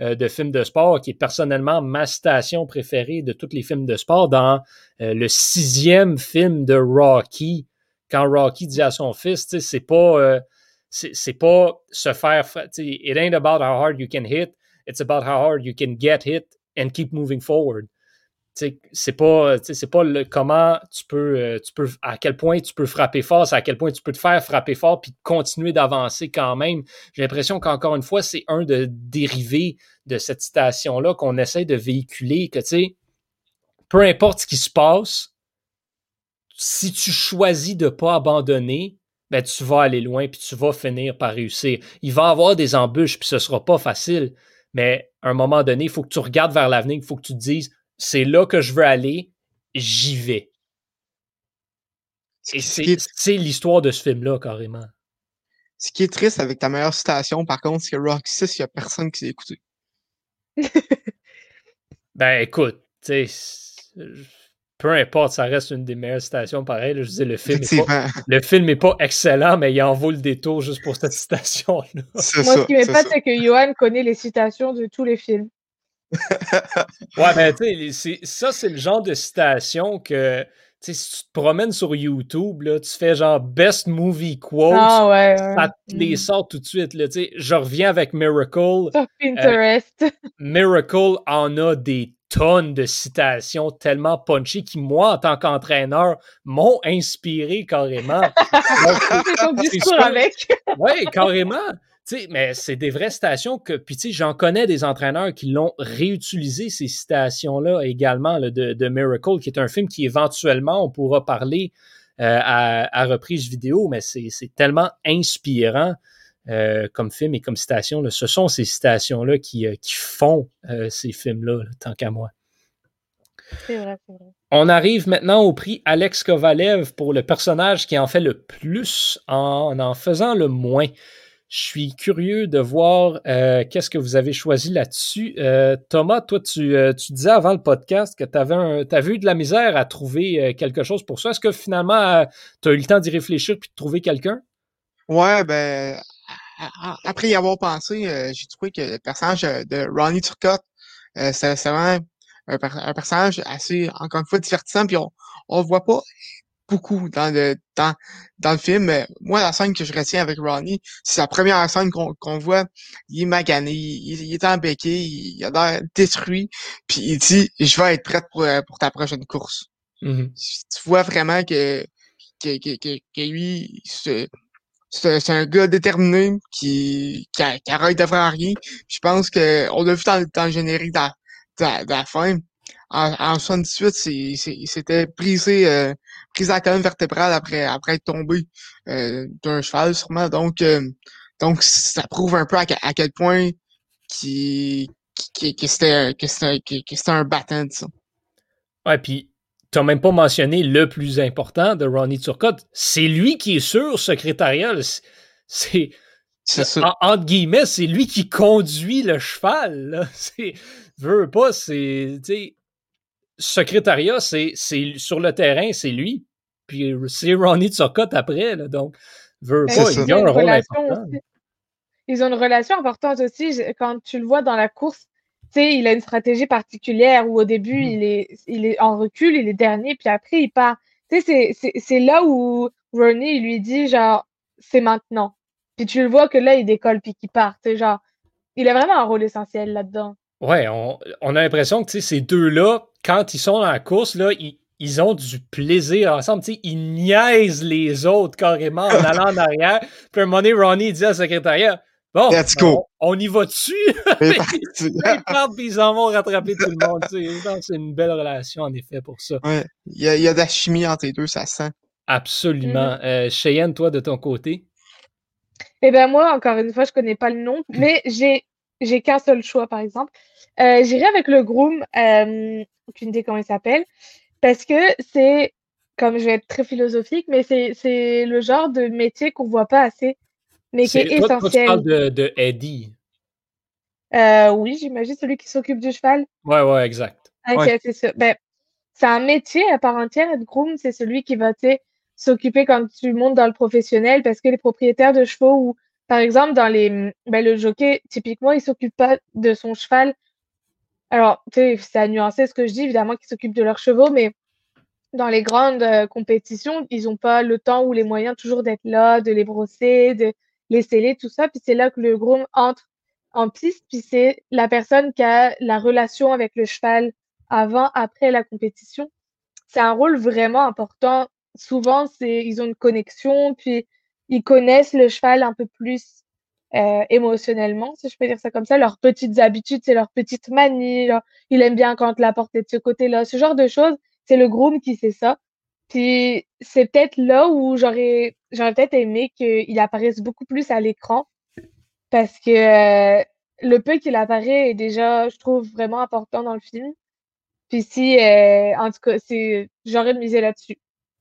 euh, de films de sport, qui est personnellement ma citation préférée de tous les films de sport, dans euh, le sixième film de Rocky, quand Rocky dit à son fils, tu sais, c'est pas, euh, c'est, c'est pas se faire, tu sais, it ain't about how hard you can hit, it's about how hard you can get hit and keep moving forward. T'sais, c'est pas, c'est pas le, comment tu peux, euh, tu peux, à quel point tu peux frapper fort, c'est à quel point tu peux te faire frapper fort puis continuer d'avancer quand même. J'ai l'impression qu'encore une fois, c'est un de dérivés de cette citation-là qu'on essaie de véhiculer, que tu sais, peu importe ce qui se passe, si tu choisis de ne pas abandonner, ben tu vas aller loin puis tu vas finir par réussir. Il va y avoir des embûches puis ce sera pas facile, mais à un moment donné, il faut que tu regardes vers l'avenir, il faut que tu te dises, c'est là que je veux aller, j'y vais. Et c'est, est... c'est l'histoire de ce film-là, carrément. Ce qui est triste avec ta meilleure citation, par contre, c'est que Rocky six, il n'y a personne qui s'est écouté. Ben, écoute, tu sais, peu importe, ça reste une des meilleures citations, pareil. Là, je disais, le film est pas, le film est pas excellent, mais il en vaut le détour juste pour cette citation-là. C'est Moi, ça, ce qui m'épate, c'est que Johan connaît les citations de tous les films. Ouais, ben, tu sais, ça, c'est le genre de citation que, tu sais, si tu te promènes sur YouTube, là, tu fais genre Best Movie Quotes, ah, ouais, ouais. ça te les sort tout de suite. Là, tu sais, je reviens avec Miracle. Sur Pinterest. Euh, Miracle en a des tonnes de citations tellement punchy qui, moi, en tant qu'entraîneur, m'ont inspiré carrément. C'est ton discours avec. Oui, carrément. T'sais, mais c'est des vraies citations que, puis tu sais, j'en connais des entraîneurs qui l'ont réutilisé, ces citations-là également, là, de, de Miracle, qui est un film qui éventuellement, on pourra parler euh, à, à reprise vidéo, mais c'est, c'est tellement inspirant euh, comme film et comme citation. Là. Ce sont ces citations-là qui, euh, qui font euh, ces films-là, là, tant qu'à moi. C'est vrai, c'est vrai. On arrive maintenant au prix Alex Kovalev pour le personnage qui en fait le plus en en faisant le moins. Je suis curieux de voir euh, qu'est-ce que vous avez choisi là-dessus. Euh, Thomas, toi, tu, euh, tu disais avant le podcast que tu avais eu de la misère à trouver euh, quelque chose pour ça. Est-ce que finalement, euh, tu as eu le temps d'y réfléchir puis de trouver quelqu'un? Ouais, ben, après y avoir pensé, euh, j'ai trouvé que le personnage de Ronnie Turcotte, euh, c'est, c'est vraiment un, un personnage assez, encore une fois, divertissant, puis on on voit pas beaucoup dans le dans, dans le film. Moi, la scène que je retiens avec Ronnie, c'est la première scène qu'on qu'on voit. Il est magané, il, il est embêqué, il, il a l'air détruit, puis il dit « Je vais être prête pour, pour ta prochaine course. Mm-hmm. » Tu vois vraiment que, que, que, que, que lui, c'est, c'est un gars déterminé qui, qui, qui arrête de faire rien. Je pense qu'on l'a vu dans, dans le générique de la, de, de la fin. En, en soixante-dix-huit, c'est, c'est, c'était brisé, euh, brisé la colonne vertébrale après, après être tombé euh, d'un cheval, sûrement. Donc, euh, donc, ça prouve un peu à, à quel point qui, qui, que c'était, que c'était, que, que c'était un battant de ça. Ouais, puis t'as même pas mentionné le plus important de Ronnie Turcotte. C'est lui qui est sur secrétariat. C'est, c'est ça. En, entre guillemets, c'est lui qui conduit le cheval. Là. C'est, veux pas, c'est, tu sais, secrétariat, c'est, c'est sur le terrain, c'est lui. Puis c'est Ronnie Turcotte après, là, donc veux ben, pas, il y a un rôle important. Aussi. Ils ont une relation importante aussi quand tu le vois dans la course. Tu sais, il a une stratégie particulière où au début, mm-hmm. il est, il est en recul, il est dernier, puis après, il part. Tu sais, c'est, c'est, c'est là où Ronnie, il lui dit, genre, c'est maintenant. Puis tu le vois que là, il décolle, puis qu'il part. Tu sais, genre, il a vraiment un rôle essentiel là-dedans. Ouais, on, on a l'impression que, tu sais, ces deux-là, quand ils sont dans la course, là, ils, ils ont du plaisir ensemble. Tu sais, ils niaisent les autres carrément en allant en arrière. Puis à un moment donné, Ronnie dit à secrétariat, bon, on, on y va dessus. Ils partent et ils en vont rattraper tout le monde. Tu sais. Donc, c'est une belle relation, en effet, pour ça. Ouais, il y a, il y a de la chimie entre les deux, ça se sent. Absolument. Mm-hmm. Euh, Cheyenne, toi, de ton côté? Eh bien, moi, encore une fois, je connais pas le nom, mais j'ai, j'ai qu'un seul choix, par exemple. Euh, j'irai avec le groom, euh, aucune idée comment il s'appelle, parce que c'est, comme je vais être très philosophique, mais c'est, c'est le genre de métier qu'on voit pas assez. Mais c'est, qui est toi, essentiel. Toi, tu parles de, de Eddie. Euh, oui, j'imagine celui qui s'occupe du cheval. Ouais, ouais, exact. Ok, ouais. c'est ça. Ben, c'est un métier à part entière, être groom, c'est celui qui va s'occuper quand tu montes dans le professionnel parce que les propriétaires de chevaux ou par exemple, dans les, ben, le jockey, typiquement, il s'occupe pas de son cheval. Alors, tu sais, c'est à nuancer ce que je dis, évidemment qu'ils s'occupent de leurs chevaux, mais dans les grandes euh, compétitions, ils ont pas le temps ou les moyens toujours d'être là, de les brosser, de les sceller, tout ça. Puis c'est là que le groom entre en piste, puis c'est la personne qui a la relation avec le cheval avant, après la compétition. C'est un rôle vraiment important. Souvent, c'est, ils ont une connexion, puis ils connaissent le cheval un peu plus euh, émotionnellement, si je peux dire ça comme ça. Leurs petites habitudes, c'est leurs petites manies. Leur- il aime bien quand la porte est de ce côté-là. Ce genre de choses, c'est le groom qui sait ça. Puis c'est peut-être là où j'aurais j'aurais peut-être aimé qu'il apparaisse beaucoup plus à l'écran parce que euh, le peu qu'il apparaît est déjà, je trouve, vraiment important dans le film. Puis si, euh, en tout cas, c'est, j'aurais misé là-dessus.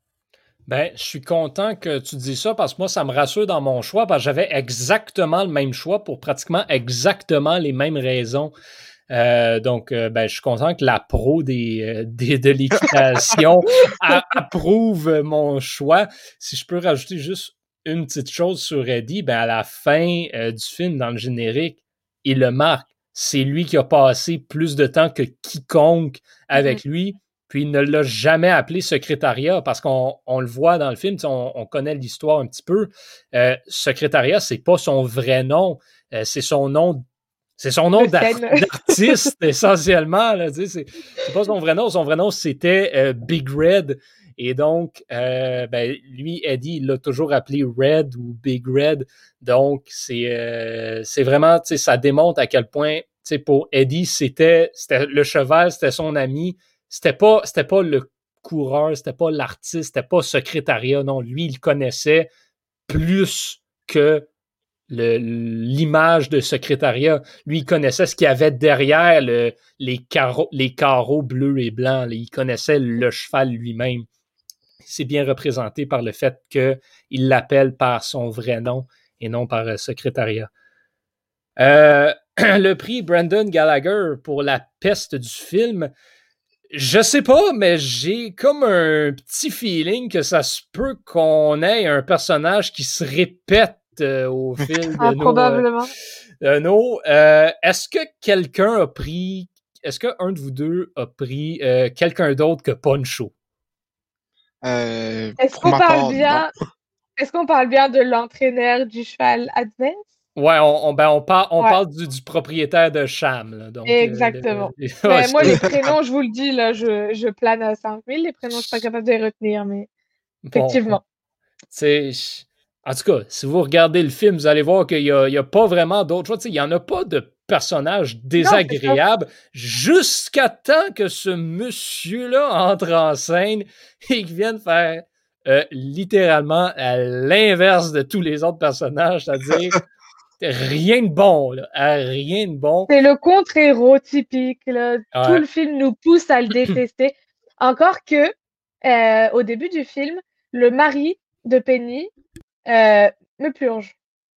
Ben, je suis content que tu dis ça parce que moi, ça me rassure dans mon choix parce que j'avais exactement le même choix pour pratiquement exactement les mêmes raisons. Euh, donc, euh, ben, je suis content que la pro des, euh, des, de l'équitation a- approuve mon choix. Si je peux rajouter juste une petite chose sur Eddie, ben, à la fin euh, du film, dans le générique, il le marque. C'est lui qui a passé plus de temps que quiconque avec Mhm. lui. Puis il ne l'a jamais appelé secrétariat parce qu'on on le voit dans le film, on, on connaît l'histoire un petit peu. Euh, secrétariat, c'est pas son vrai nom, euh, c'est son nom, c'est son nom De d'ar- scène. d'artiste essentiellement. Là, tu sais, c'est, c'est pas son vrai nom, son vrai nom c'était euh, Big Red. Et donc, euh, ben, lui, Eddie, il l'a toujours appelé Red ou Big Red. Donc, c'est, euh, c'est vraiment, tu sais, ça démontre à quel point, tu sais, pour Eddie, c'était, c'était le cheval, c'était son ami. C'était pas, c'était pas le coureur, c'était pas l'artiste, c'était pas secrétariat. Non, lui, il connaissait plus que le- l'image de secrétariat. Lui, il connaissait ce qu'il y avait derrière le- les, carreaux, les carreaux bleus et blancs. Il connaissait le cheval lui-même. C'est bien représenté par le fait qu'il l'appelle par son vrai nom et non par euh, secrétariat. Euh, le prix Brandon Gallagher pour la peste du film, je sais pas, mais j'ai comme un petit feeling que ça se peut qu'on ait un personnage qui se répète euh, au fil Ah, de nos... euh, probablement. de nos euh, est-ce que quelqu'un a pris... Est-ce qu'un de vous deux a pris euh, quelqu'un d'autre que Poncho? Euh, Est-ce pour qu'on ma parle part, non. bien, est-ce qu'on parle bien de l'entraîneur du cheval adverse? Ouais, on, on, ben on, par, on Ouais, parle du, du propriétaire de Cham. Là, donc, le, exactement. le- ouais, Mais moi, c'est- les prénoms, je vous le dis, là, je, je plane à cinq mille. Les prénoms, je suis pas capable de les retenir, mais bon, effectivement. c'est... En tout cas, si vous regardez le film, vous allez voir qu'il n'y a, il y a pas vraiment d'autres choix. Il n'y en a pas de personnages Non, c'est ça. désagréables jusqu'à temps que ce monsieur-là entre en scène et qu'il vienne faire euh, littéralement à l'inverse de tous les autres personnages, c'est-à-dire rien de bon, là, rien de bon. C'est le contre-héros typique, là. Tout Ouais. le film nous pousse à le détester. Encore que, euh, au début du film, le mari de Penny euh, me purge.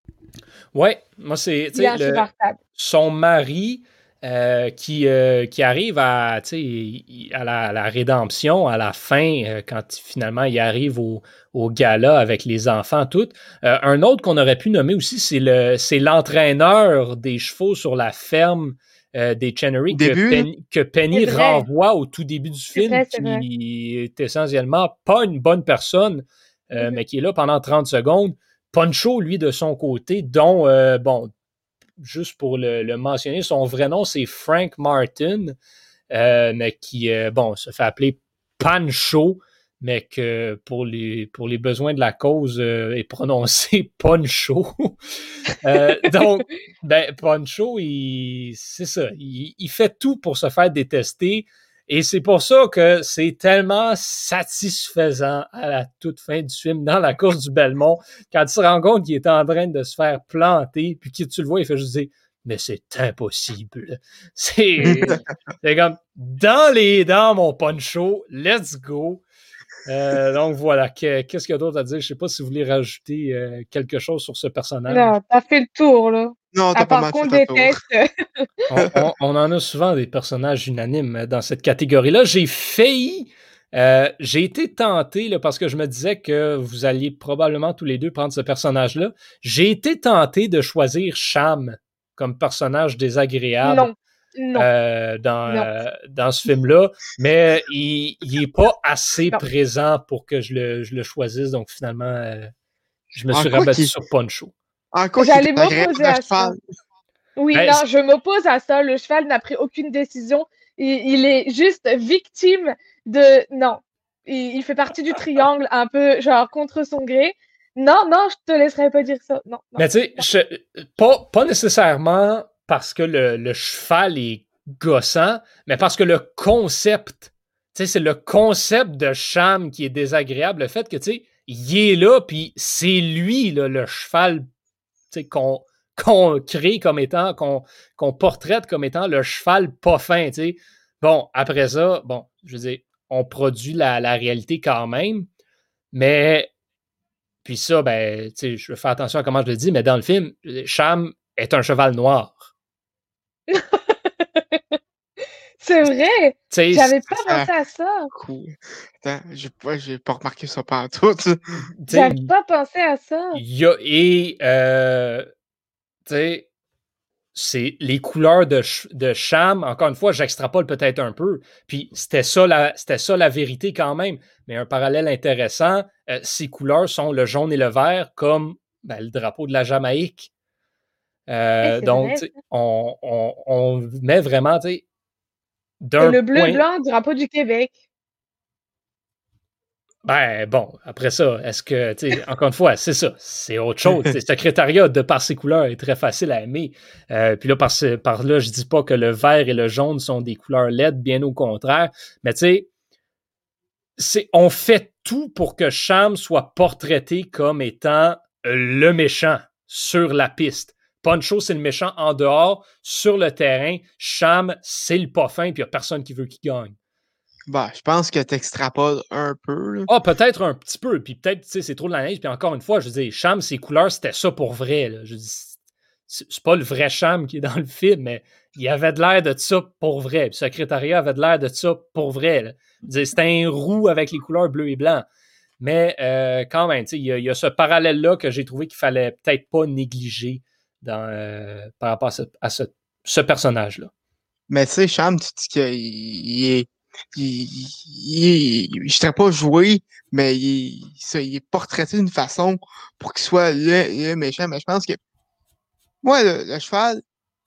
Ouais, moi, c'est, tu Il est sais, le, insupportable. son mari euh, qui, euh, qui arrive à, tu sais, il- à la, à la rédemption, à la fin, euh, quand finalement il arrive au, au gala avec les enfants, tout. Euh, un autre qu'on aurait pu nommer aussi, c'est le, c'est l'entraîneur des chevaux sur la ferme euh, des Au Chenery que, début, là, Pen- que C'est Penny vrai, renvoie au tout début du c'est film, vrai, c'est vrai. qui est essentiellement pas une bonne personne, euh, Mhm. mais qui est là pendant trente secondes. Poncho, lui, de son côté, dont, euh, bon, juste pour le, le mentionner, son vrai nom, c'est Frank Martin, euh, mais qui, euh, bon, se fait appeler Pancho, mais que pour les, pour les besoins de la cause euh, est prononcé Poncho. euh, donc, ben, Poncho, il, c'est ça, il, il fait tout pour se faire détester. Et c'est pour ça que c'est tellement satisfaisant à la toute fin du film, dans la course du Belmont, quand il se rend compte qu'il est en train de se faire planter, puis que tu le vois, il fait juste dire mais c'est impossible. C'est, c'est comme dans les dents, mon poncho, let's go. Euh, donc voilà, que- qu'est-ce qu'il y a d'autre à dire? Je sais pas si vous voulez rajouter euh, quelque chose sur ce personnage. Là, t'as fait le tour, là. non, t'as À pas part mal qu'on fait le un tour. déteste. On, on- on en a souvent des personnages unanimes dans cette catégorie-là. J'ai failli Euh, j'ai été tenté, là, parce que je me disais que vous alliez probablement tous les deux prendre ce personnage-là. J'ai été tenté de choisir Cham comme personnage désagréable Non, non, euh, dans, non, euh, dans ce film-là, mais il n'est pas assez non. présent pour que je le, je le choisisse. Donc finalement, euh, je me En suis quoi rabattu qu'il sur Poncho. en quoi qu'il J'allais est agréable m'opposer de à ça. cheval. Oui, Ben, non, c'est- je m'oppose à ça. Le cheval n'a pris aucune décision. Il, il est juste victime de... Non, il, il fait partie du triangle un peu, genre, contre son gré. Non, non, je te laisserai pas dire ça. Non, non, mais tu sais, non. je- pas, pas nécessairement parce que le, le cheval est gossant, mais parce que le concept, tu sais, c'est le concept de Cham qui est désagréable. Le fait que, tu sais, il est là, puis c'est lui, là, le cheval, tu sais, qu'on qu'on crée comme étant, qu'on qu'on portraite comme étant le cheval pas fin, tu sais. Bon, après ça, bon, je veux dire, on produit la, la réalité quand même, mais puis ça, ben, tu sais, je vais faire attention à comment je le dis, mais dans le film, Cham est un cheval noir. C'est vrai! Tu sais, J'avais pas Ah, pensé à ça. cool. Attends, j'ai pas, j'ai pas remarqué ça partout. tu sais, J'avais pas pensé à ça. il y a, et, euh, tu sais, c'est les couleurs de, ch- de Cham, encore une fois, j'extrapole peut-être un peu, puis c'était ça, la, c'était ça la vérité quand même, mais un parallèle intéressant, euh, ces couleurs sont le jaune et le vert comme ben, le drapeau de la Jamaïque. Eh, Euh, c'est donc, vrai, tu sais, ça. on, on, on met vraiment, tu sais, Et d'un le point. bleu-blanc du drapeau du Québec. Ben bon, après ça, est-ce que, tu sais, encore une fois, c'est ça, c'est autre chose. Le secrétariat, de par ses couleurs, est très facile à aimer. Euh, puis là, par, ce, par là, je dis pas que le vert et le jaune sont des couleurs L E D, bien au contraire. Mais tu sais, c'est, on fait tout pour que Cham soit portraité comme étant le méchant sur la piste. Poncho, c'est le méchant en dehors. Sur le terrain, Cham, c'est le pas fin, puis il n'y a personne qui veut qu'il gagne. Bah, je pense que t'extrapoles un peu, là. Ah, peut-être un petit peu, puis peut-être, tu sais, c'est trop de la neige. Puis encore une fois, je veux dire, Cham, ses couleurs, c'était ça pour vrai. Là. Je dis, c'est c'est pas le vrai Cham qui est dans le film, mais il avait de l'air de ça pour vrai. Puis le secrétariat avait de l'air de ça pour vrai. Là. Je veux dire, c'était un roux avec les couleurs bleu et blanc. Mais euh, quand même, tu sais, il y, a- il y a ce parallèle-là que j'ai trouvé qu'il fallait peut-être pas négliger dans, euh, par rapport à ce, à ce, ce personnage-là. Mais tu sais, Cham, tu dis qu'il il est. Il, il, il- je dirais pas joué, mais il, ça, il est portraité d'une façon pour qu'il soit le, le méchant. Mais je pense que moi, le, le cheval,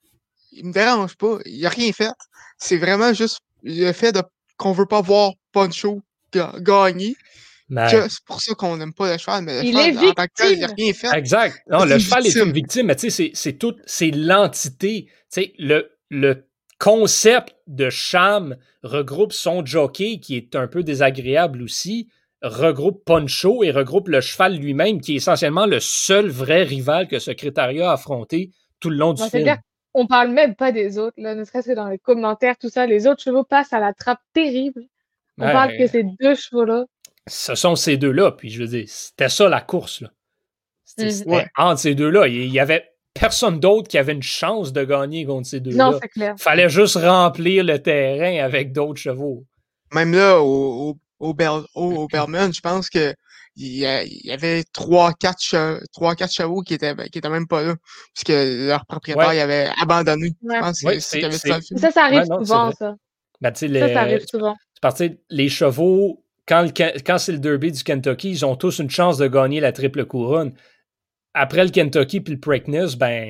il me dérange pas. Il a rien fait. C'est vraiment juste le fait de qu'on veut pas voir Poncho ga- gagner. Mais Que c'est pour ça qu'on n'aime pas le cheval. Mais le Il est cheval, en tant que tel, il a victime. rien fait. exact. Non, C'est le une cheval est une victime. victime, mais tu sais, c'est, c'est tout, c'est l'entité. Tu sais, le, le concept de Cham regroupe son jockey, qui est un peu désagréable aussi, regroupe Poncho et regroupe le cheval lui-même, qui est essentiellement le seul vrai rival que Secrétariat a affronté tout le long du Moi, c'est clair. film. On parle même pas des autres, là, ne serait-ce que dans les commentaires, tout ça. Les autres chevaux passent à la trappe terrible. On parle que Ouais, ces deux chevaux-là. ce sont ces deux-là, puis je veux dire, c'était ça la course, là. C'était, Mhm. c'était Ouais. entre ces deux-là. Il y avait personne d'autre qui avait une chance de gagner contre ces Non, deux-là. c'est clair. Fallait juste remplir le terrain avec d'autres chevaux. Même là, au, au, au, Bel- au, au Belmont, je pense que il y, a- il y avait trois, quatre, che- trois, quatre chevaux qui étaient, qui étaient même pas là. Puisque leur propriétaire, Ouais. il avait abandonné. Je Ouais. pense que Oui, c'est ce c'est, qu'il y avait c'est, dans le film. Ça, ça arrive ouais, non, c'est souvent, vrai. ça. Ben, tu sais, Ça, ça les- arrive c'est souvent. parce que les chevaux, quand, le Ken- quand c'est le Derby du Kentucky, ils ont tous une chance de gagner la triple couronne. Après le Kentucky puis le Preakness, ben,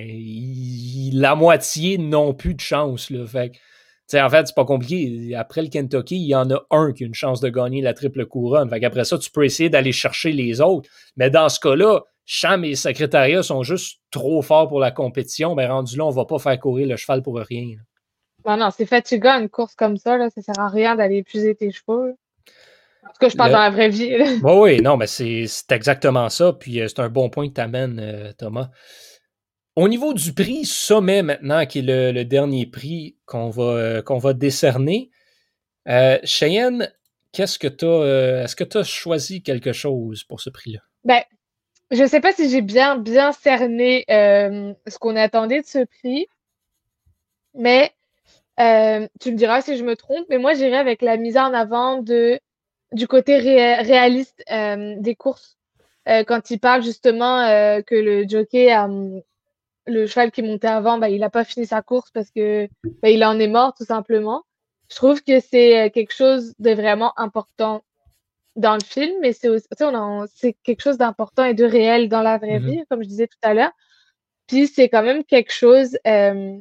il- la moitié n'ont plus de chance. Là. Fait que, tu sais, en fait, c'est pas compliqué. Après le Kentucky, il y en a un qui a une chance de gagner la triple couronne. Fait qu'après ça, tu peux essayer d'aller chercher les autres. Mais dans ce cas-là, Cham et Secrétariat sont juste trop forts pour la compétition. Ben, rendu là, on va pas faire courir le cheval pour rien. là. Non, non, c'est fatigant, une course comme ça, là. Ça sert à rien d'aller épuiser tes chevaux, là. En tout cas, je parle Le- dans la vraie vie, là. Oui, oui, non, mais c'est, c'est exactement ça. Puis euh, c'est un bon point que tu amènes, Thomas. Au niveau du prix Sommet maintenant, qui est le, le dernier prix qu'on va, euh, qu'on va décerner, euh, Cheyenne, qu'est-ce que tu as, est-ce que tu as choisi quelque chose pour ce prix-là? Ben, je sais pas si j'ai bien, bien cerné euh, ce qu'on attendait de ce prix, mais euh, tu me diras si je me trompe, mais moi, j'irais avec la mise en avant de du côté ré- réaliste euh, des courses. Euh, quand il parle justement euh, que le jockey, euh, le cheval qui montait avant, bah, il n'a pas fini sa course parce que bah, il en est mort tout simplement. Je trouve que c'est euh, quelque chose de vraiment important dans le film, mais c'est aussi, tu sais, on en- c'est quelque chose d'important et de réel dans la vraie Mhm. vie, comme je disais tout à l'heure. Puis c'est quand même quelque chose euh,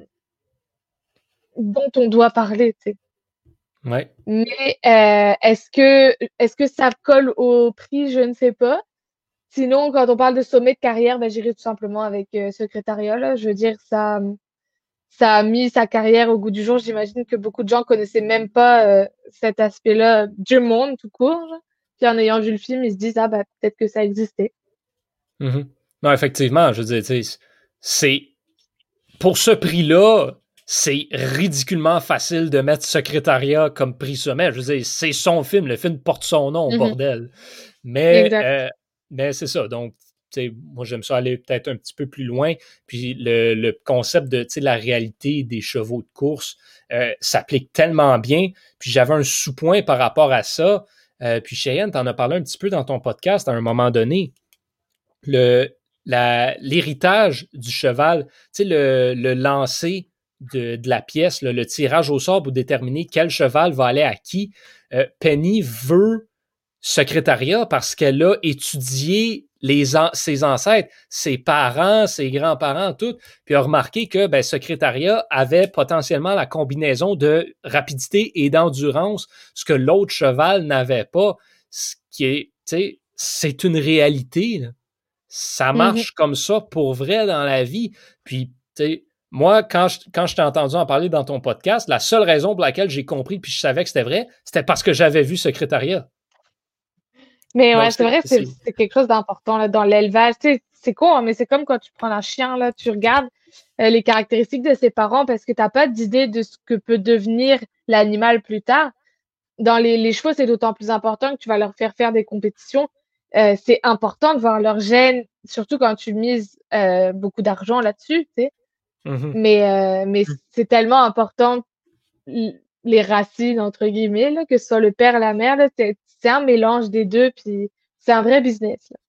dont on doit parler, tu sais. Ouais. Mais euh, est-ce que est-ce que ça colle au prix? Je ne sais pas. Sinon, quand on parle de sommet de carrière, ben, j'irai tout simplement avec euh, secrétariat, là. Je veux dire, ça, ça a mis sa carrière au goût du jour. J'imagine que beaucoup de gens connaissaient même pas euh, cet aspect-là du monde tout court, là. Puis en ayant vu le film, ils se disent, ah, bah, peut-être que ça existait. Mhm. Non, effectivement, je veux dire, tu sais, c'est pour ce prix-là, c'est ridiculement facile de mettre Secrétariat comme prix sommet. Je veux dire, c'est son film, le film porte son nom, Mhm. bordel. Mais, Exact. euh, mais c'est ça. Donc, tu sais, moi, j'aime ça aller peut-être un petit peu plus loin. Puis le, le concept de tu sais, la réalité des chevaux de course euh, s'applique tellement bien. Puis j'avais un sous-point par rapport à ça. Euh, puis Cheyenne, t'en as parlé un petit peu dans ton podcast à un moment donné. Le, la, l'héritage du cheval, tu sais, le, le lancer de, de la pièce, là, le tirage au sort pour déterminer quel cheval va aller à qui. Euh, Penny veut secrétariat parce qu'elle a étudié les an- ses ancêtres, ses parents, ses grands-parents, tout, puis a remarqué que ben, secrétariat avait potentiellement la combinaison de rapidité et d'endurance, ce que l'autre cheval n'avait pas, ce qui est, tu sais, c'est une réalité, là. Ça Mhm. marche comme ça pour vrai dans la vie. Puis, tu sais, moi, quand je, quand je t'ai entendu en parler dans ton podcast, la seule raison pour laquelle j'ai compris puis je savais que c'était vrai, c'était parce que j'avais vu Secrétariat. Mais Donc, ouais, c'est c'est, vrai, c'est c'est... c'est quelque chose d'important là, dans l'élevage. Tu sais, c'est con, hein, mais c'est comme quand tu prends un chien, là, tu regardes euh, les caractéristiques de ses parents parce que t'as pas d'idée de ce que peut devenir l'animal plus tard. Dans les, les chevaux, c'est d'autant plus important que tu vas leur faire faire des compétitions. Euh, c'est important de voir leur gène, surtout quand tu mises euh, beaucoup d'argent là-dessus, tu sais. Mhm. Mais, euh, mais c'est tellement important, l- les racines, entre guillemets, là, que ce soit le père, la mère, là, c'est c'est un mélange des deux, puis c'est un vrai business, là.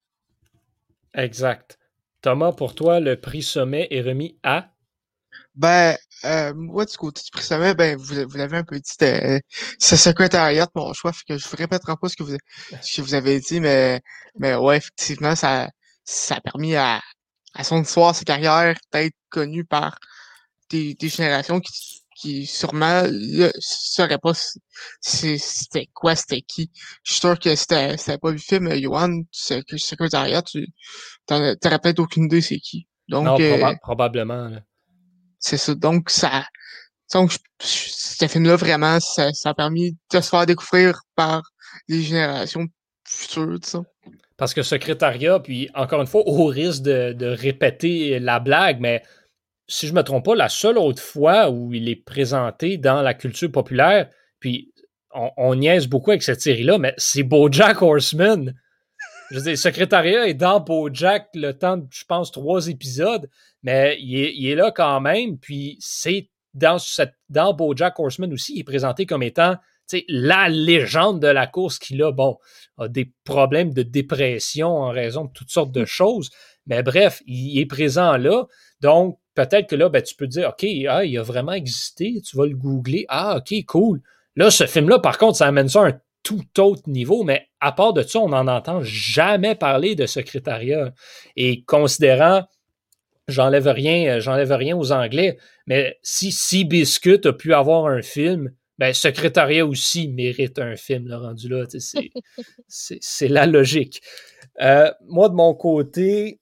Exact. Thomas, pour toi, le prix sommet est remis à... Ben, euh, moi, du côté du prix sommet, ben, vous, vous l'avez un peu dit, c'était, c'est secrétariat, mon choix, fait que je vous répéterai pas ce que vous, ce que vous avez dit, mais, mais ouais, effectivement, ça, ça a permis à, à son histoire, sa carrière, d'être connu par des, des générations qui, qui sûrement, là, sauraient pas si- si- c'était quoi, c'était qui. Je suis sûr que si t'avais si t'avais pas vu le film, euh, Johan, c'est que secrétariat, tu, t'en- t'aurais peut-être aucune idée c'est qui. Donc, Non, euh, proba- probablement. Là. c'est ça. Donc, ça, donc, je- je- ce film-là, vraiment, ça, ça a permis de se faire découvrir par les générations futures, tu sais. Parce que secrétariat, puis encore une fois, au risque de, de répéter la blague, mais si je ne me trompe pas, la seule autre fois où il est présenté dans la culture populaire, puis on, on niaise beaucoup avec cette série-là, mais c'est BoJack Horseman. Je veux dire, Secrétariat est dans BoJack le temps de, je pense, trois épisodes, mais il est, il est là quand même, puis c'est dans, cette, dans BoJack Horseman aussi, il est présenté comme étant tu sais, la légende de la course qui, là, bon, a des problèmes de dépression en raison de toutes sortes de choses. Mais bref, il est présent là. Donc, peut-être que là, ben, tu peux te dire, OK, ah, il a vraiment existé. Tu vas le googler. Ah, OK, cool. Là, ce film-là, par contre, ça amène ça à un tout autre niveau. Mais à part de ça, on n'en entend jamais parler de secrétariat. Et considérant j'enlève rien, j'enlève rien aux Anglais, mais si Seabiscuit a pu avoir un film, ben Secrétariat aussi mérite un film, là, rendu là. C'est, c'est, c'est la logique. Euh, moi, de mon côté,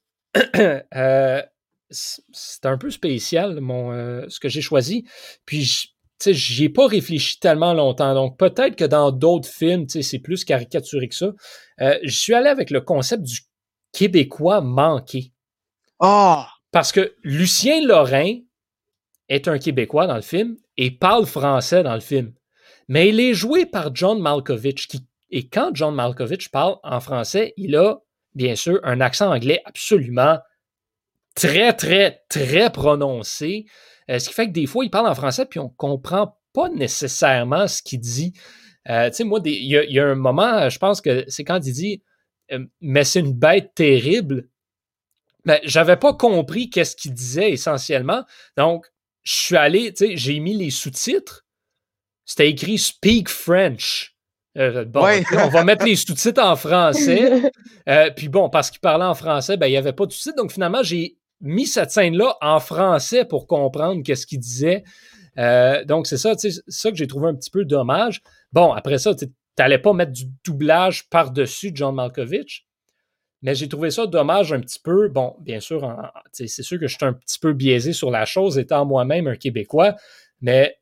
euh, c'est un peu spécial, mon, euh, ce que j'ai choisi. Puis, j'y ai pas réfléchi tellement longtemps. Donc, peut-être que dans d'autres films, c'est plus caricaturé que ça. Euh, je suis allé avec le concept du Québécois manqué. Ah! Parce que Lucien Lorrain est un Québécois dans le film et parle français dans le film. Mais il est joué par John Malkovich. Qui, et quand John Malkovich parle en français, il a, bien sûr, un accent anglais absolument très, très, très prononcé. Euh, ce qui fait que des fois, il parle en français puis on ne comprend pas nécessairement ce qu'il dit. Euh, tu sais, moi, il y, y a un moment, je pense que c'est quand il dit euh, « Mais c'est une bête terrible ». Ben, j'avais pas compris qu'est-ce qu'il disait essentiellement. Donc, je suis allé, tu sais, j'ai mis les sous-titres. C'était écrit Speak French. Euh, bon, Ouais. okay, on va mettre les sous-titres en français. Euh, puis bon, parce qu'il parlait en français, ben, il n'y avait pas de sous-titres. Donc, finalement, j'ai mis cette scène-là en français pour comprendre qu'est-ce qu'il disait. Euh, donc, c'est ça, tu sais, ça que j'ai trouvé un petit peu dommage. Bon, après ça, tu n'allais pas mettre du doublage par-dessus John Malkovich. Mais j'ai trouvé ça dommage un petit peu. Bon, bien sûr, en, c'est sûr que je suis un petit peu biaisé sur la chose, étant moi-même un Québécois, mais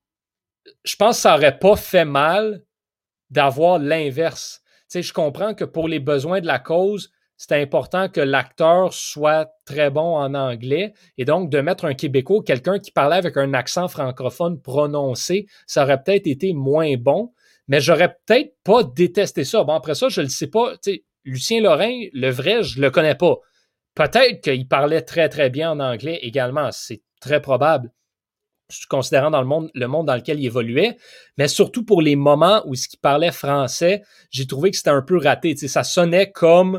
je pense que ça n'aurait pas fait mal d'avoir l'inverse. Tu sais, je comprends que pour les besoins de la cause, c'est important que l'acteur soit très bon en anglais. Et donc, de mettre un Québécois, quelqu'un qui parlait avec un accent francophone prononcé, ça aurait peut-être été moins bon, mais j'aurais peut-être pas détesté ça. Bon, après ça, je ne le sais pas. Tu sais, Lucien Lorrain, le vrai, je ne le connais pas. Peut-être qu'il parlait très, très bien en anglais également. C'est très probable, considérant dans le monde, le monde dans lequel il évoluait. Mais surtout pour les moments où il parlait français, j'ai trouvé que c'était un peu raté. Tu sais, ça sonnait comme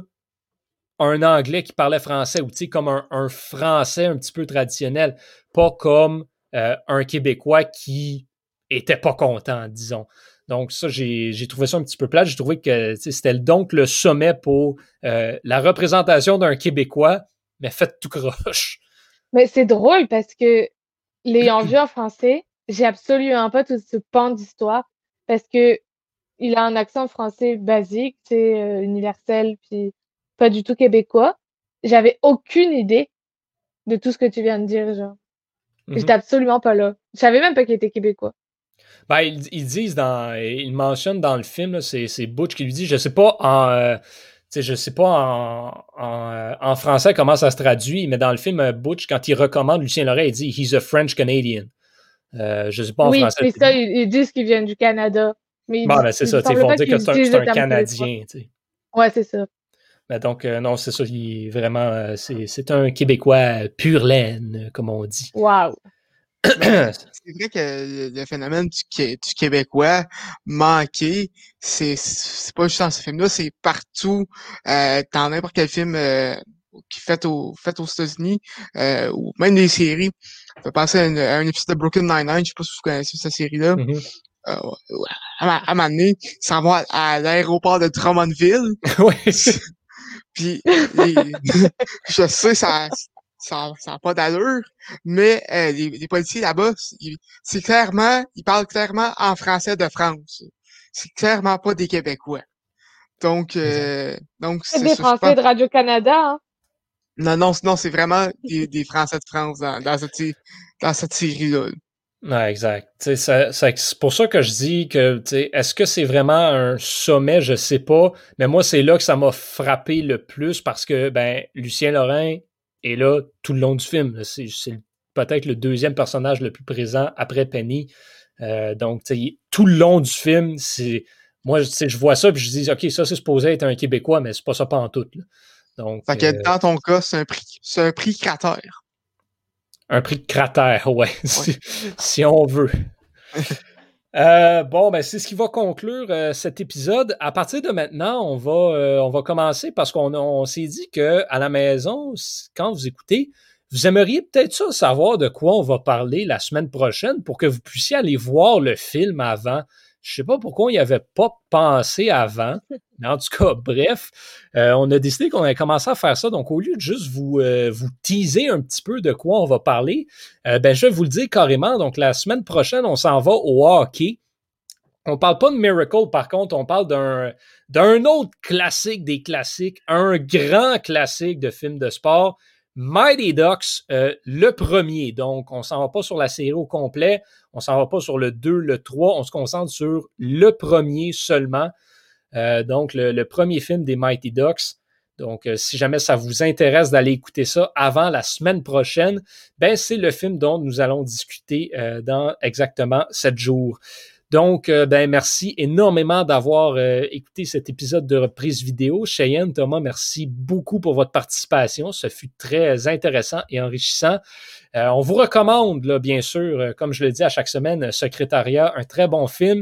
un Anglais qui parlait français ou tu sais, comme un, un Français un petit peu traditionnel, pas comme euh, un Québécois qui était pas content, disons. Donc ça, j'ai, j'ai trouvé ça un petit peu plate. J'ai trouvé que c'était donc le sommet pour euh, la représentation d'un Québécois, mais fait tout croche. Mais c'est drôle parce que l'ayant vu en français, j'ai absolument pas tout ce pan d'histoire parce que il a un accent français basique, c'est euh, universel, puis pas du tout québécois. J'avais aucune idée de tout ce que tu viens de dire, genre. Mm-hmm. J'étais absolument pas là. Je savais même pas qu'il était québécois. Ben, ils, ils disent dans, ils mentionnent dans le film, là, c'est, c'est Butch qui lui dit, je sais pas en, euh, je sais pas en, en, en français comment ça se traduit, mais dans le film, Butch, quand il recommande Lucien Lorrain, il dit He's a French Canadian. Euh, je sais pas en oui, français. Oui, c'est ça, ils, ils disent qu'ils viennent du Canada. Mais ils, bon, ben, c'est ça, ils vont dire que c'est un, c'est un Canadien. T'sais. Ouais, c'est ça. Ben, donc, euh, non, c'est ça, il est vraiment, euh, c'est, c'est un Québécois pure laine, comme on dit. Wow. Ben, c'est vrai que le phénomène du, du Québécois manqué, c'est, c'est pas juste dans ce film-là, c'est partout, euh, dans n'importe quel film euh, qui fait, au, fait aux États-Unis, euh, ou même des séries. Ça fait penser à, une, à un épisode de Brooklyn Nine-Nine, je sais pas si vous connaissez cette série-là. Mm-hmm. Euh, à, à un moment donné, ça va à l'aéroport de Drummondville. Oui. Puis, les, je sais, ça... ça n'a ça pas d'allure, mais euh, les, les policiers là-bas, ils, c'est clairement, ils parlent clairement en français de France. C'est clairement pas des Québécois. Donc, euh, donc c'est des ça, Français de Radio-Canada, hein? Non, non, non, c'est vraiment des, des Français de France dans, dans cette, dans cette série-là. Ouais, exact. C'est, c'est pour ça que je dis que, est-ce que c'est vraiment un sommet? Je sais pas. Mais moi, c'est là que ça m'a frappé le plus parce que, ben, Lucien Lorrain est là tout le long du film. C'est, c'est peut-être le deuxième personnage le plus présent après Penny. Euh, donc, tout le long du film, c'est moi, je vois ça et je dis, OK, ça, c'est supposé être un Québécois, mais c'est pas ça pantoute. Là. Donc, fait que euh, dans ton cas, c'est un prix, c'est un prix cratère. Un prix de cratère, ouais, ouais. Si, si on veut. euh, bon, ben c'est ce qui va conclure euh, cet épisode. À partir de maintenant, on va, euh, on va commencer parce qu'on on s'est dit qu'à la maison, quand vous écoutez, vous aimeriez peut-être ça savoir de quoi on va parler la semaine prochaine pour que vous puissiez aller voir le film avant. Je sais pas pourquoi on n'y avait pas pensé avant. Mais en tout cas, bref, euh, on a décidé qu'on allait commencer à faire ça. Donc, au lieu de juste vous, euh, vous teaser un petit peu de quoi on va parler, euh, ben, je vais vous le dire carrément. Donc, la semaine prochaine, on s'en va au hockey. On parle pas de Miracle, par contre, on parle d'un, d'un autre classique des classiques, un grand classique de film de sport, Mighty Ducks, euh, le premier. Donc, on s'en va pas sur la série au complet, on s'en va pas sur le deux, le trois, on se concentre sur le premier seulement. Euh, donc, le, le premier film des Mighty Ducks. Donc, euh, si jamais ça vous intéresse d'aller écouter ça avant la semaine prochaine, ben c'est le film dont nous allons discuter euh, dans exactement sept jours. Donc, euh, ben merci énormément d'avoir euh, écouté cet épisode de reprise vidéo. Cheyenne, Thomas, merci beaucoup pour votre participation. Ce fut très intéressant et enrichissant. Euh, on vous recommande, là, bien sûr, euh, comme je le dis à chaque semaine, Secrétariat, un très bon film.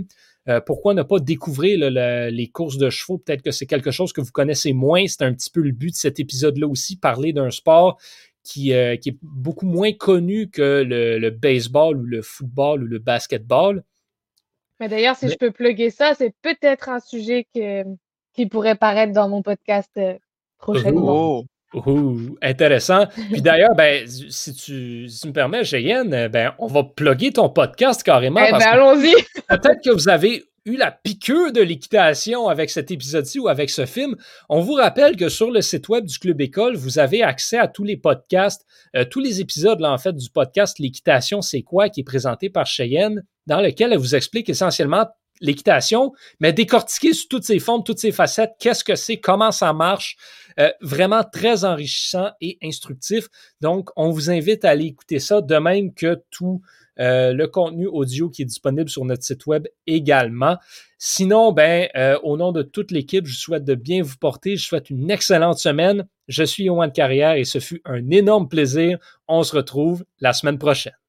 Euh, pourquoi ne pas découvrir là, le, les courses de chevaux? Peut-être que c'est quelque chose que vous connaissez moins. C'est un petit peu le but de cet épisode-là aussi, parler d'un sport qui, euh, qui est beaucoup moins connu que le, le baseball ou le football ou le basketball. Mais d'ailleurs, si Mais... je peux plugger ça, c'est peut-être un sujet que, qui pourrait paraître dans mon podcast euh, prochainement. Oh! Ouh, intéressant. Puis d'ailleurs, ben, si tu, si tu me permets, Cheyenne, ben, on va plugger ton podcast carrément. Eh parce ben, que allons-y! peut-être que vous avez eu la piqûre de l'équitation avec cet épisode-ci ou avec ce film. On vous rappelle que sur le site web du Club École, vous avez accès à tous les podcasts, euh, tous les épisodes, là, en fait, du podcast L'équitation, c'est quoi, qui est présenté par Cheyenne, dans lequel elle vous explique essentiellement l'équitation, mais décortiquer sous toutes ses formes, toutes ses facettes, qu'est-ce que c'est, comment ça marche, euh, vraiment très enrichissant et instructif. Donc, on vous invite à aller écouter ça, de même que tout euh, le contenu audio qui est disponible sur notre site web également. Sinon, ben, euh, au nom de toute l'équipe, je vous souhaite de bien vous porter. Je souhaite une excellente semaine. Je suis Yoann Carrière et ce fut un énorme plaisir. On se retrouve la semaine prochaine.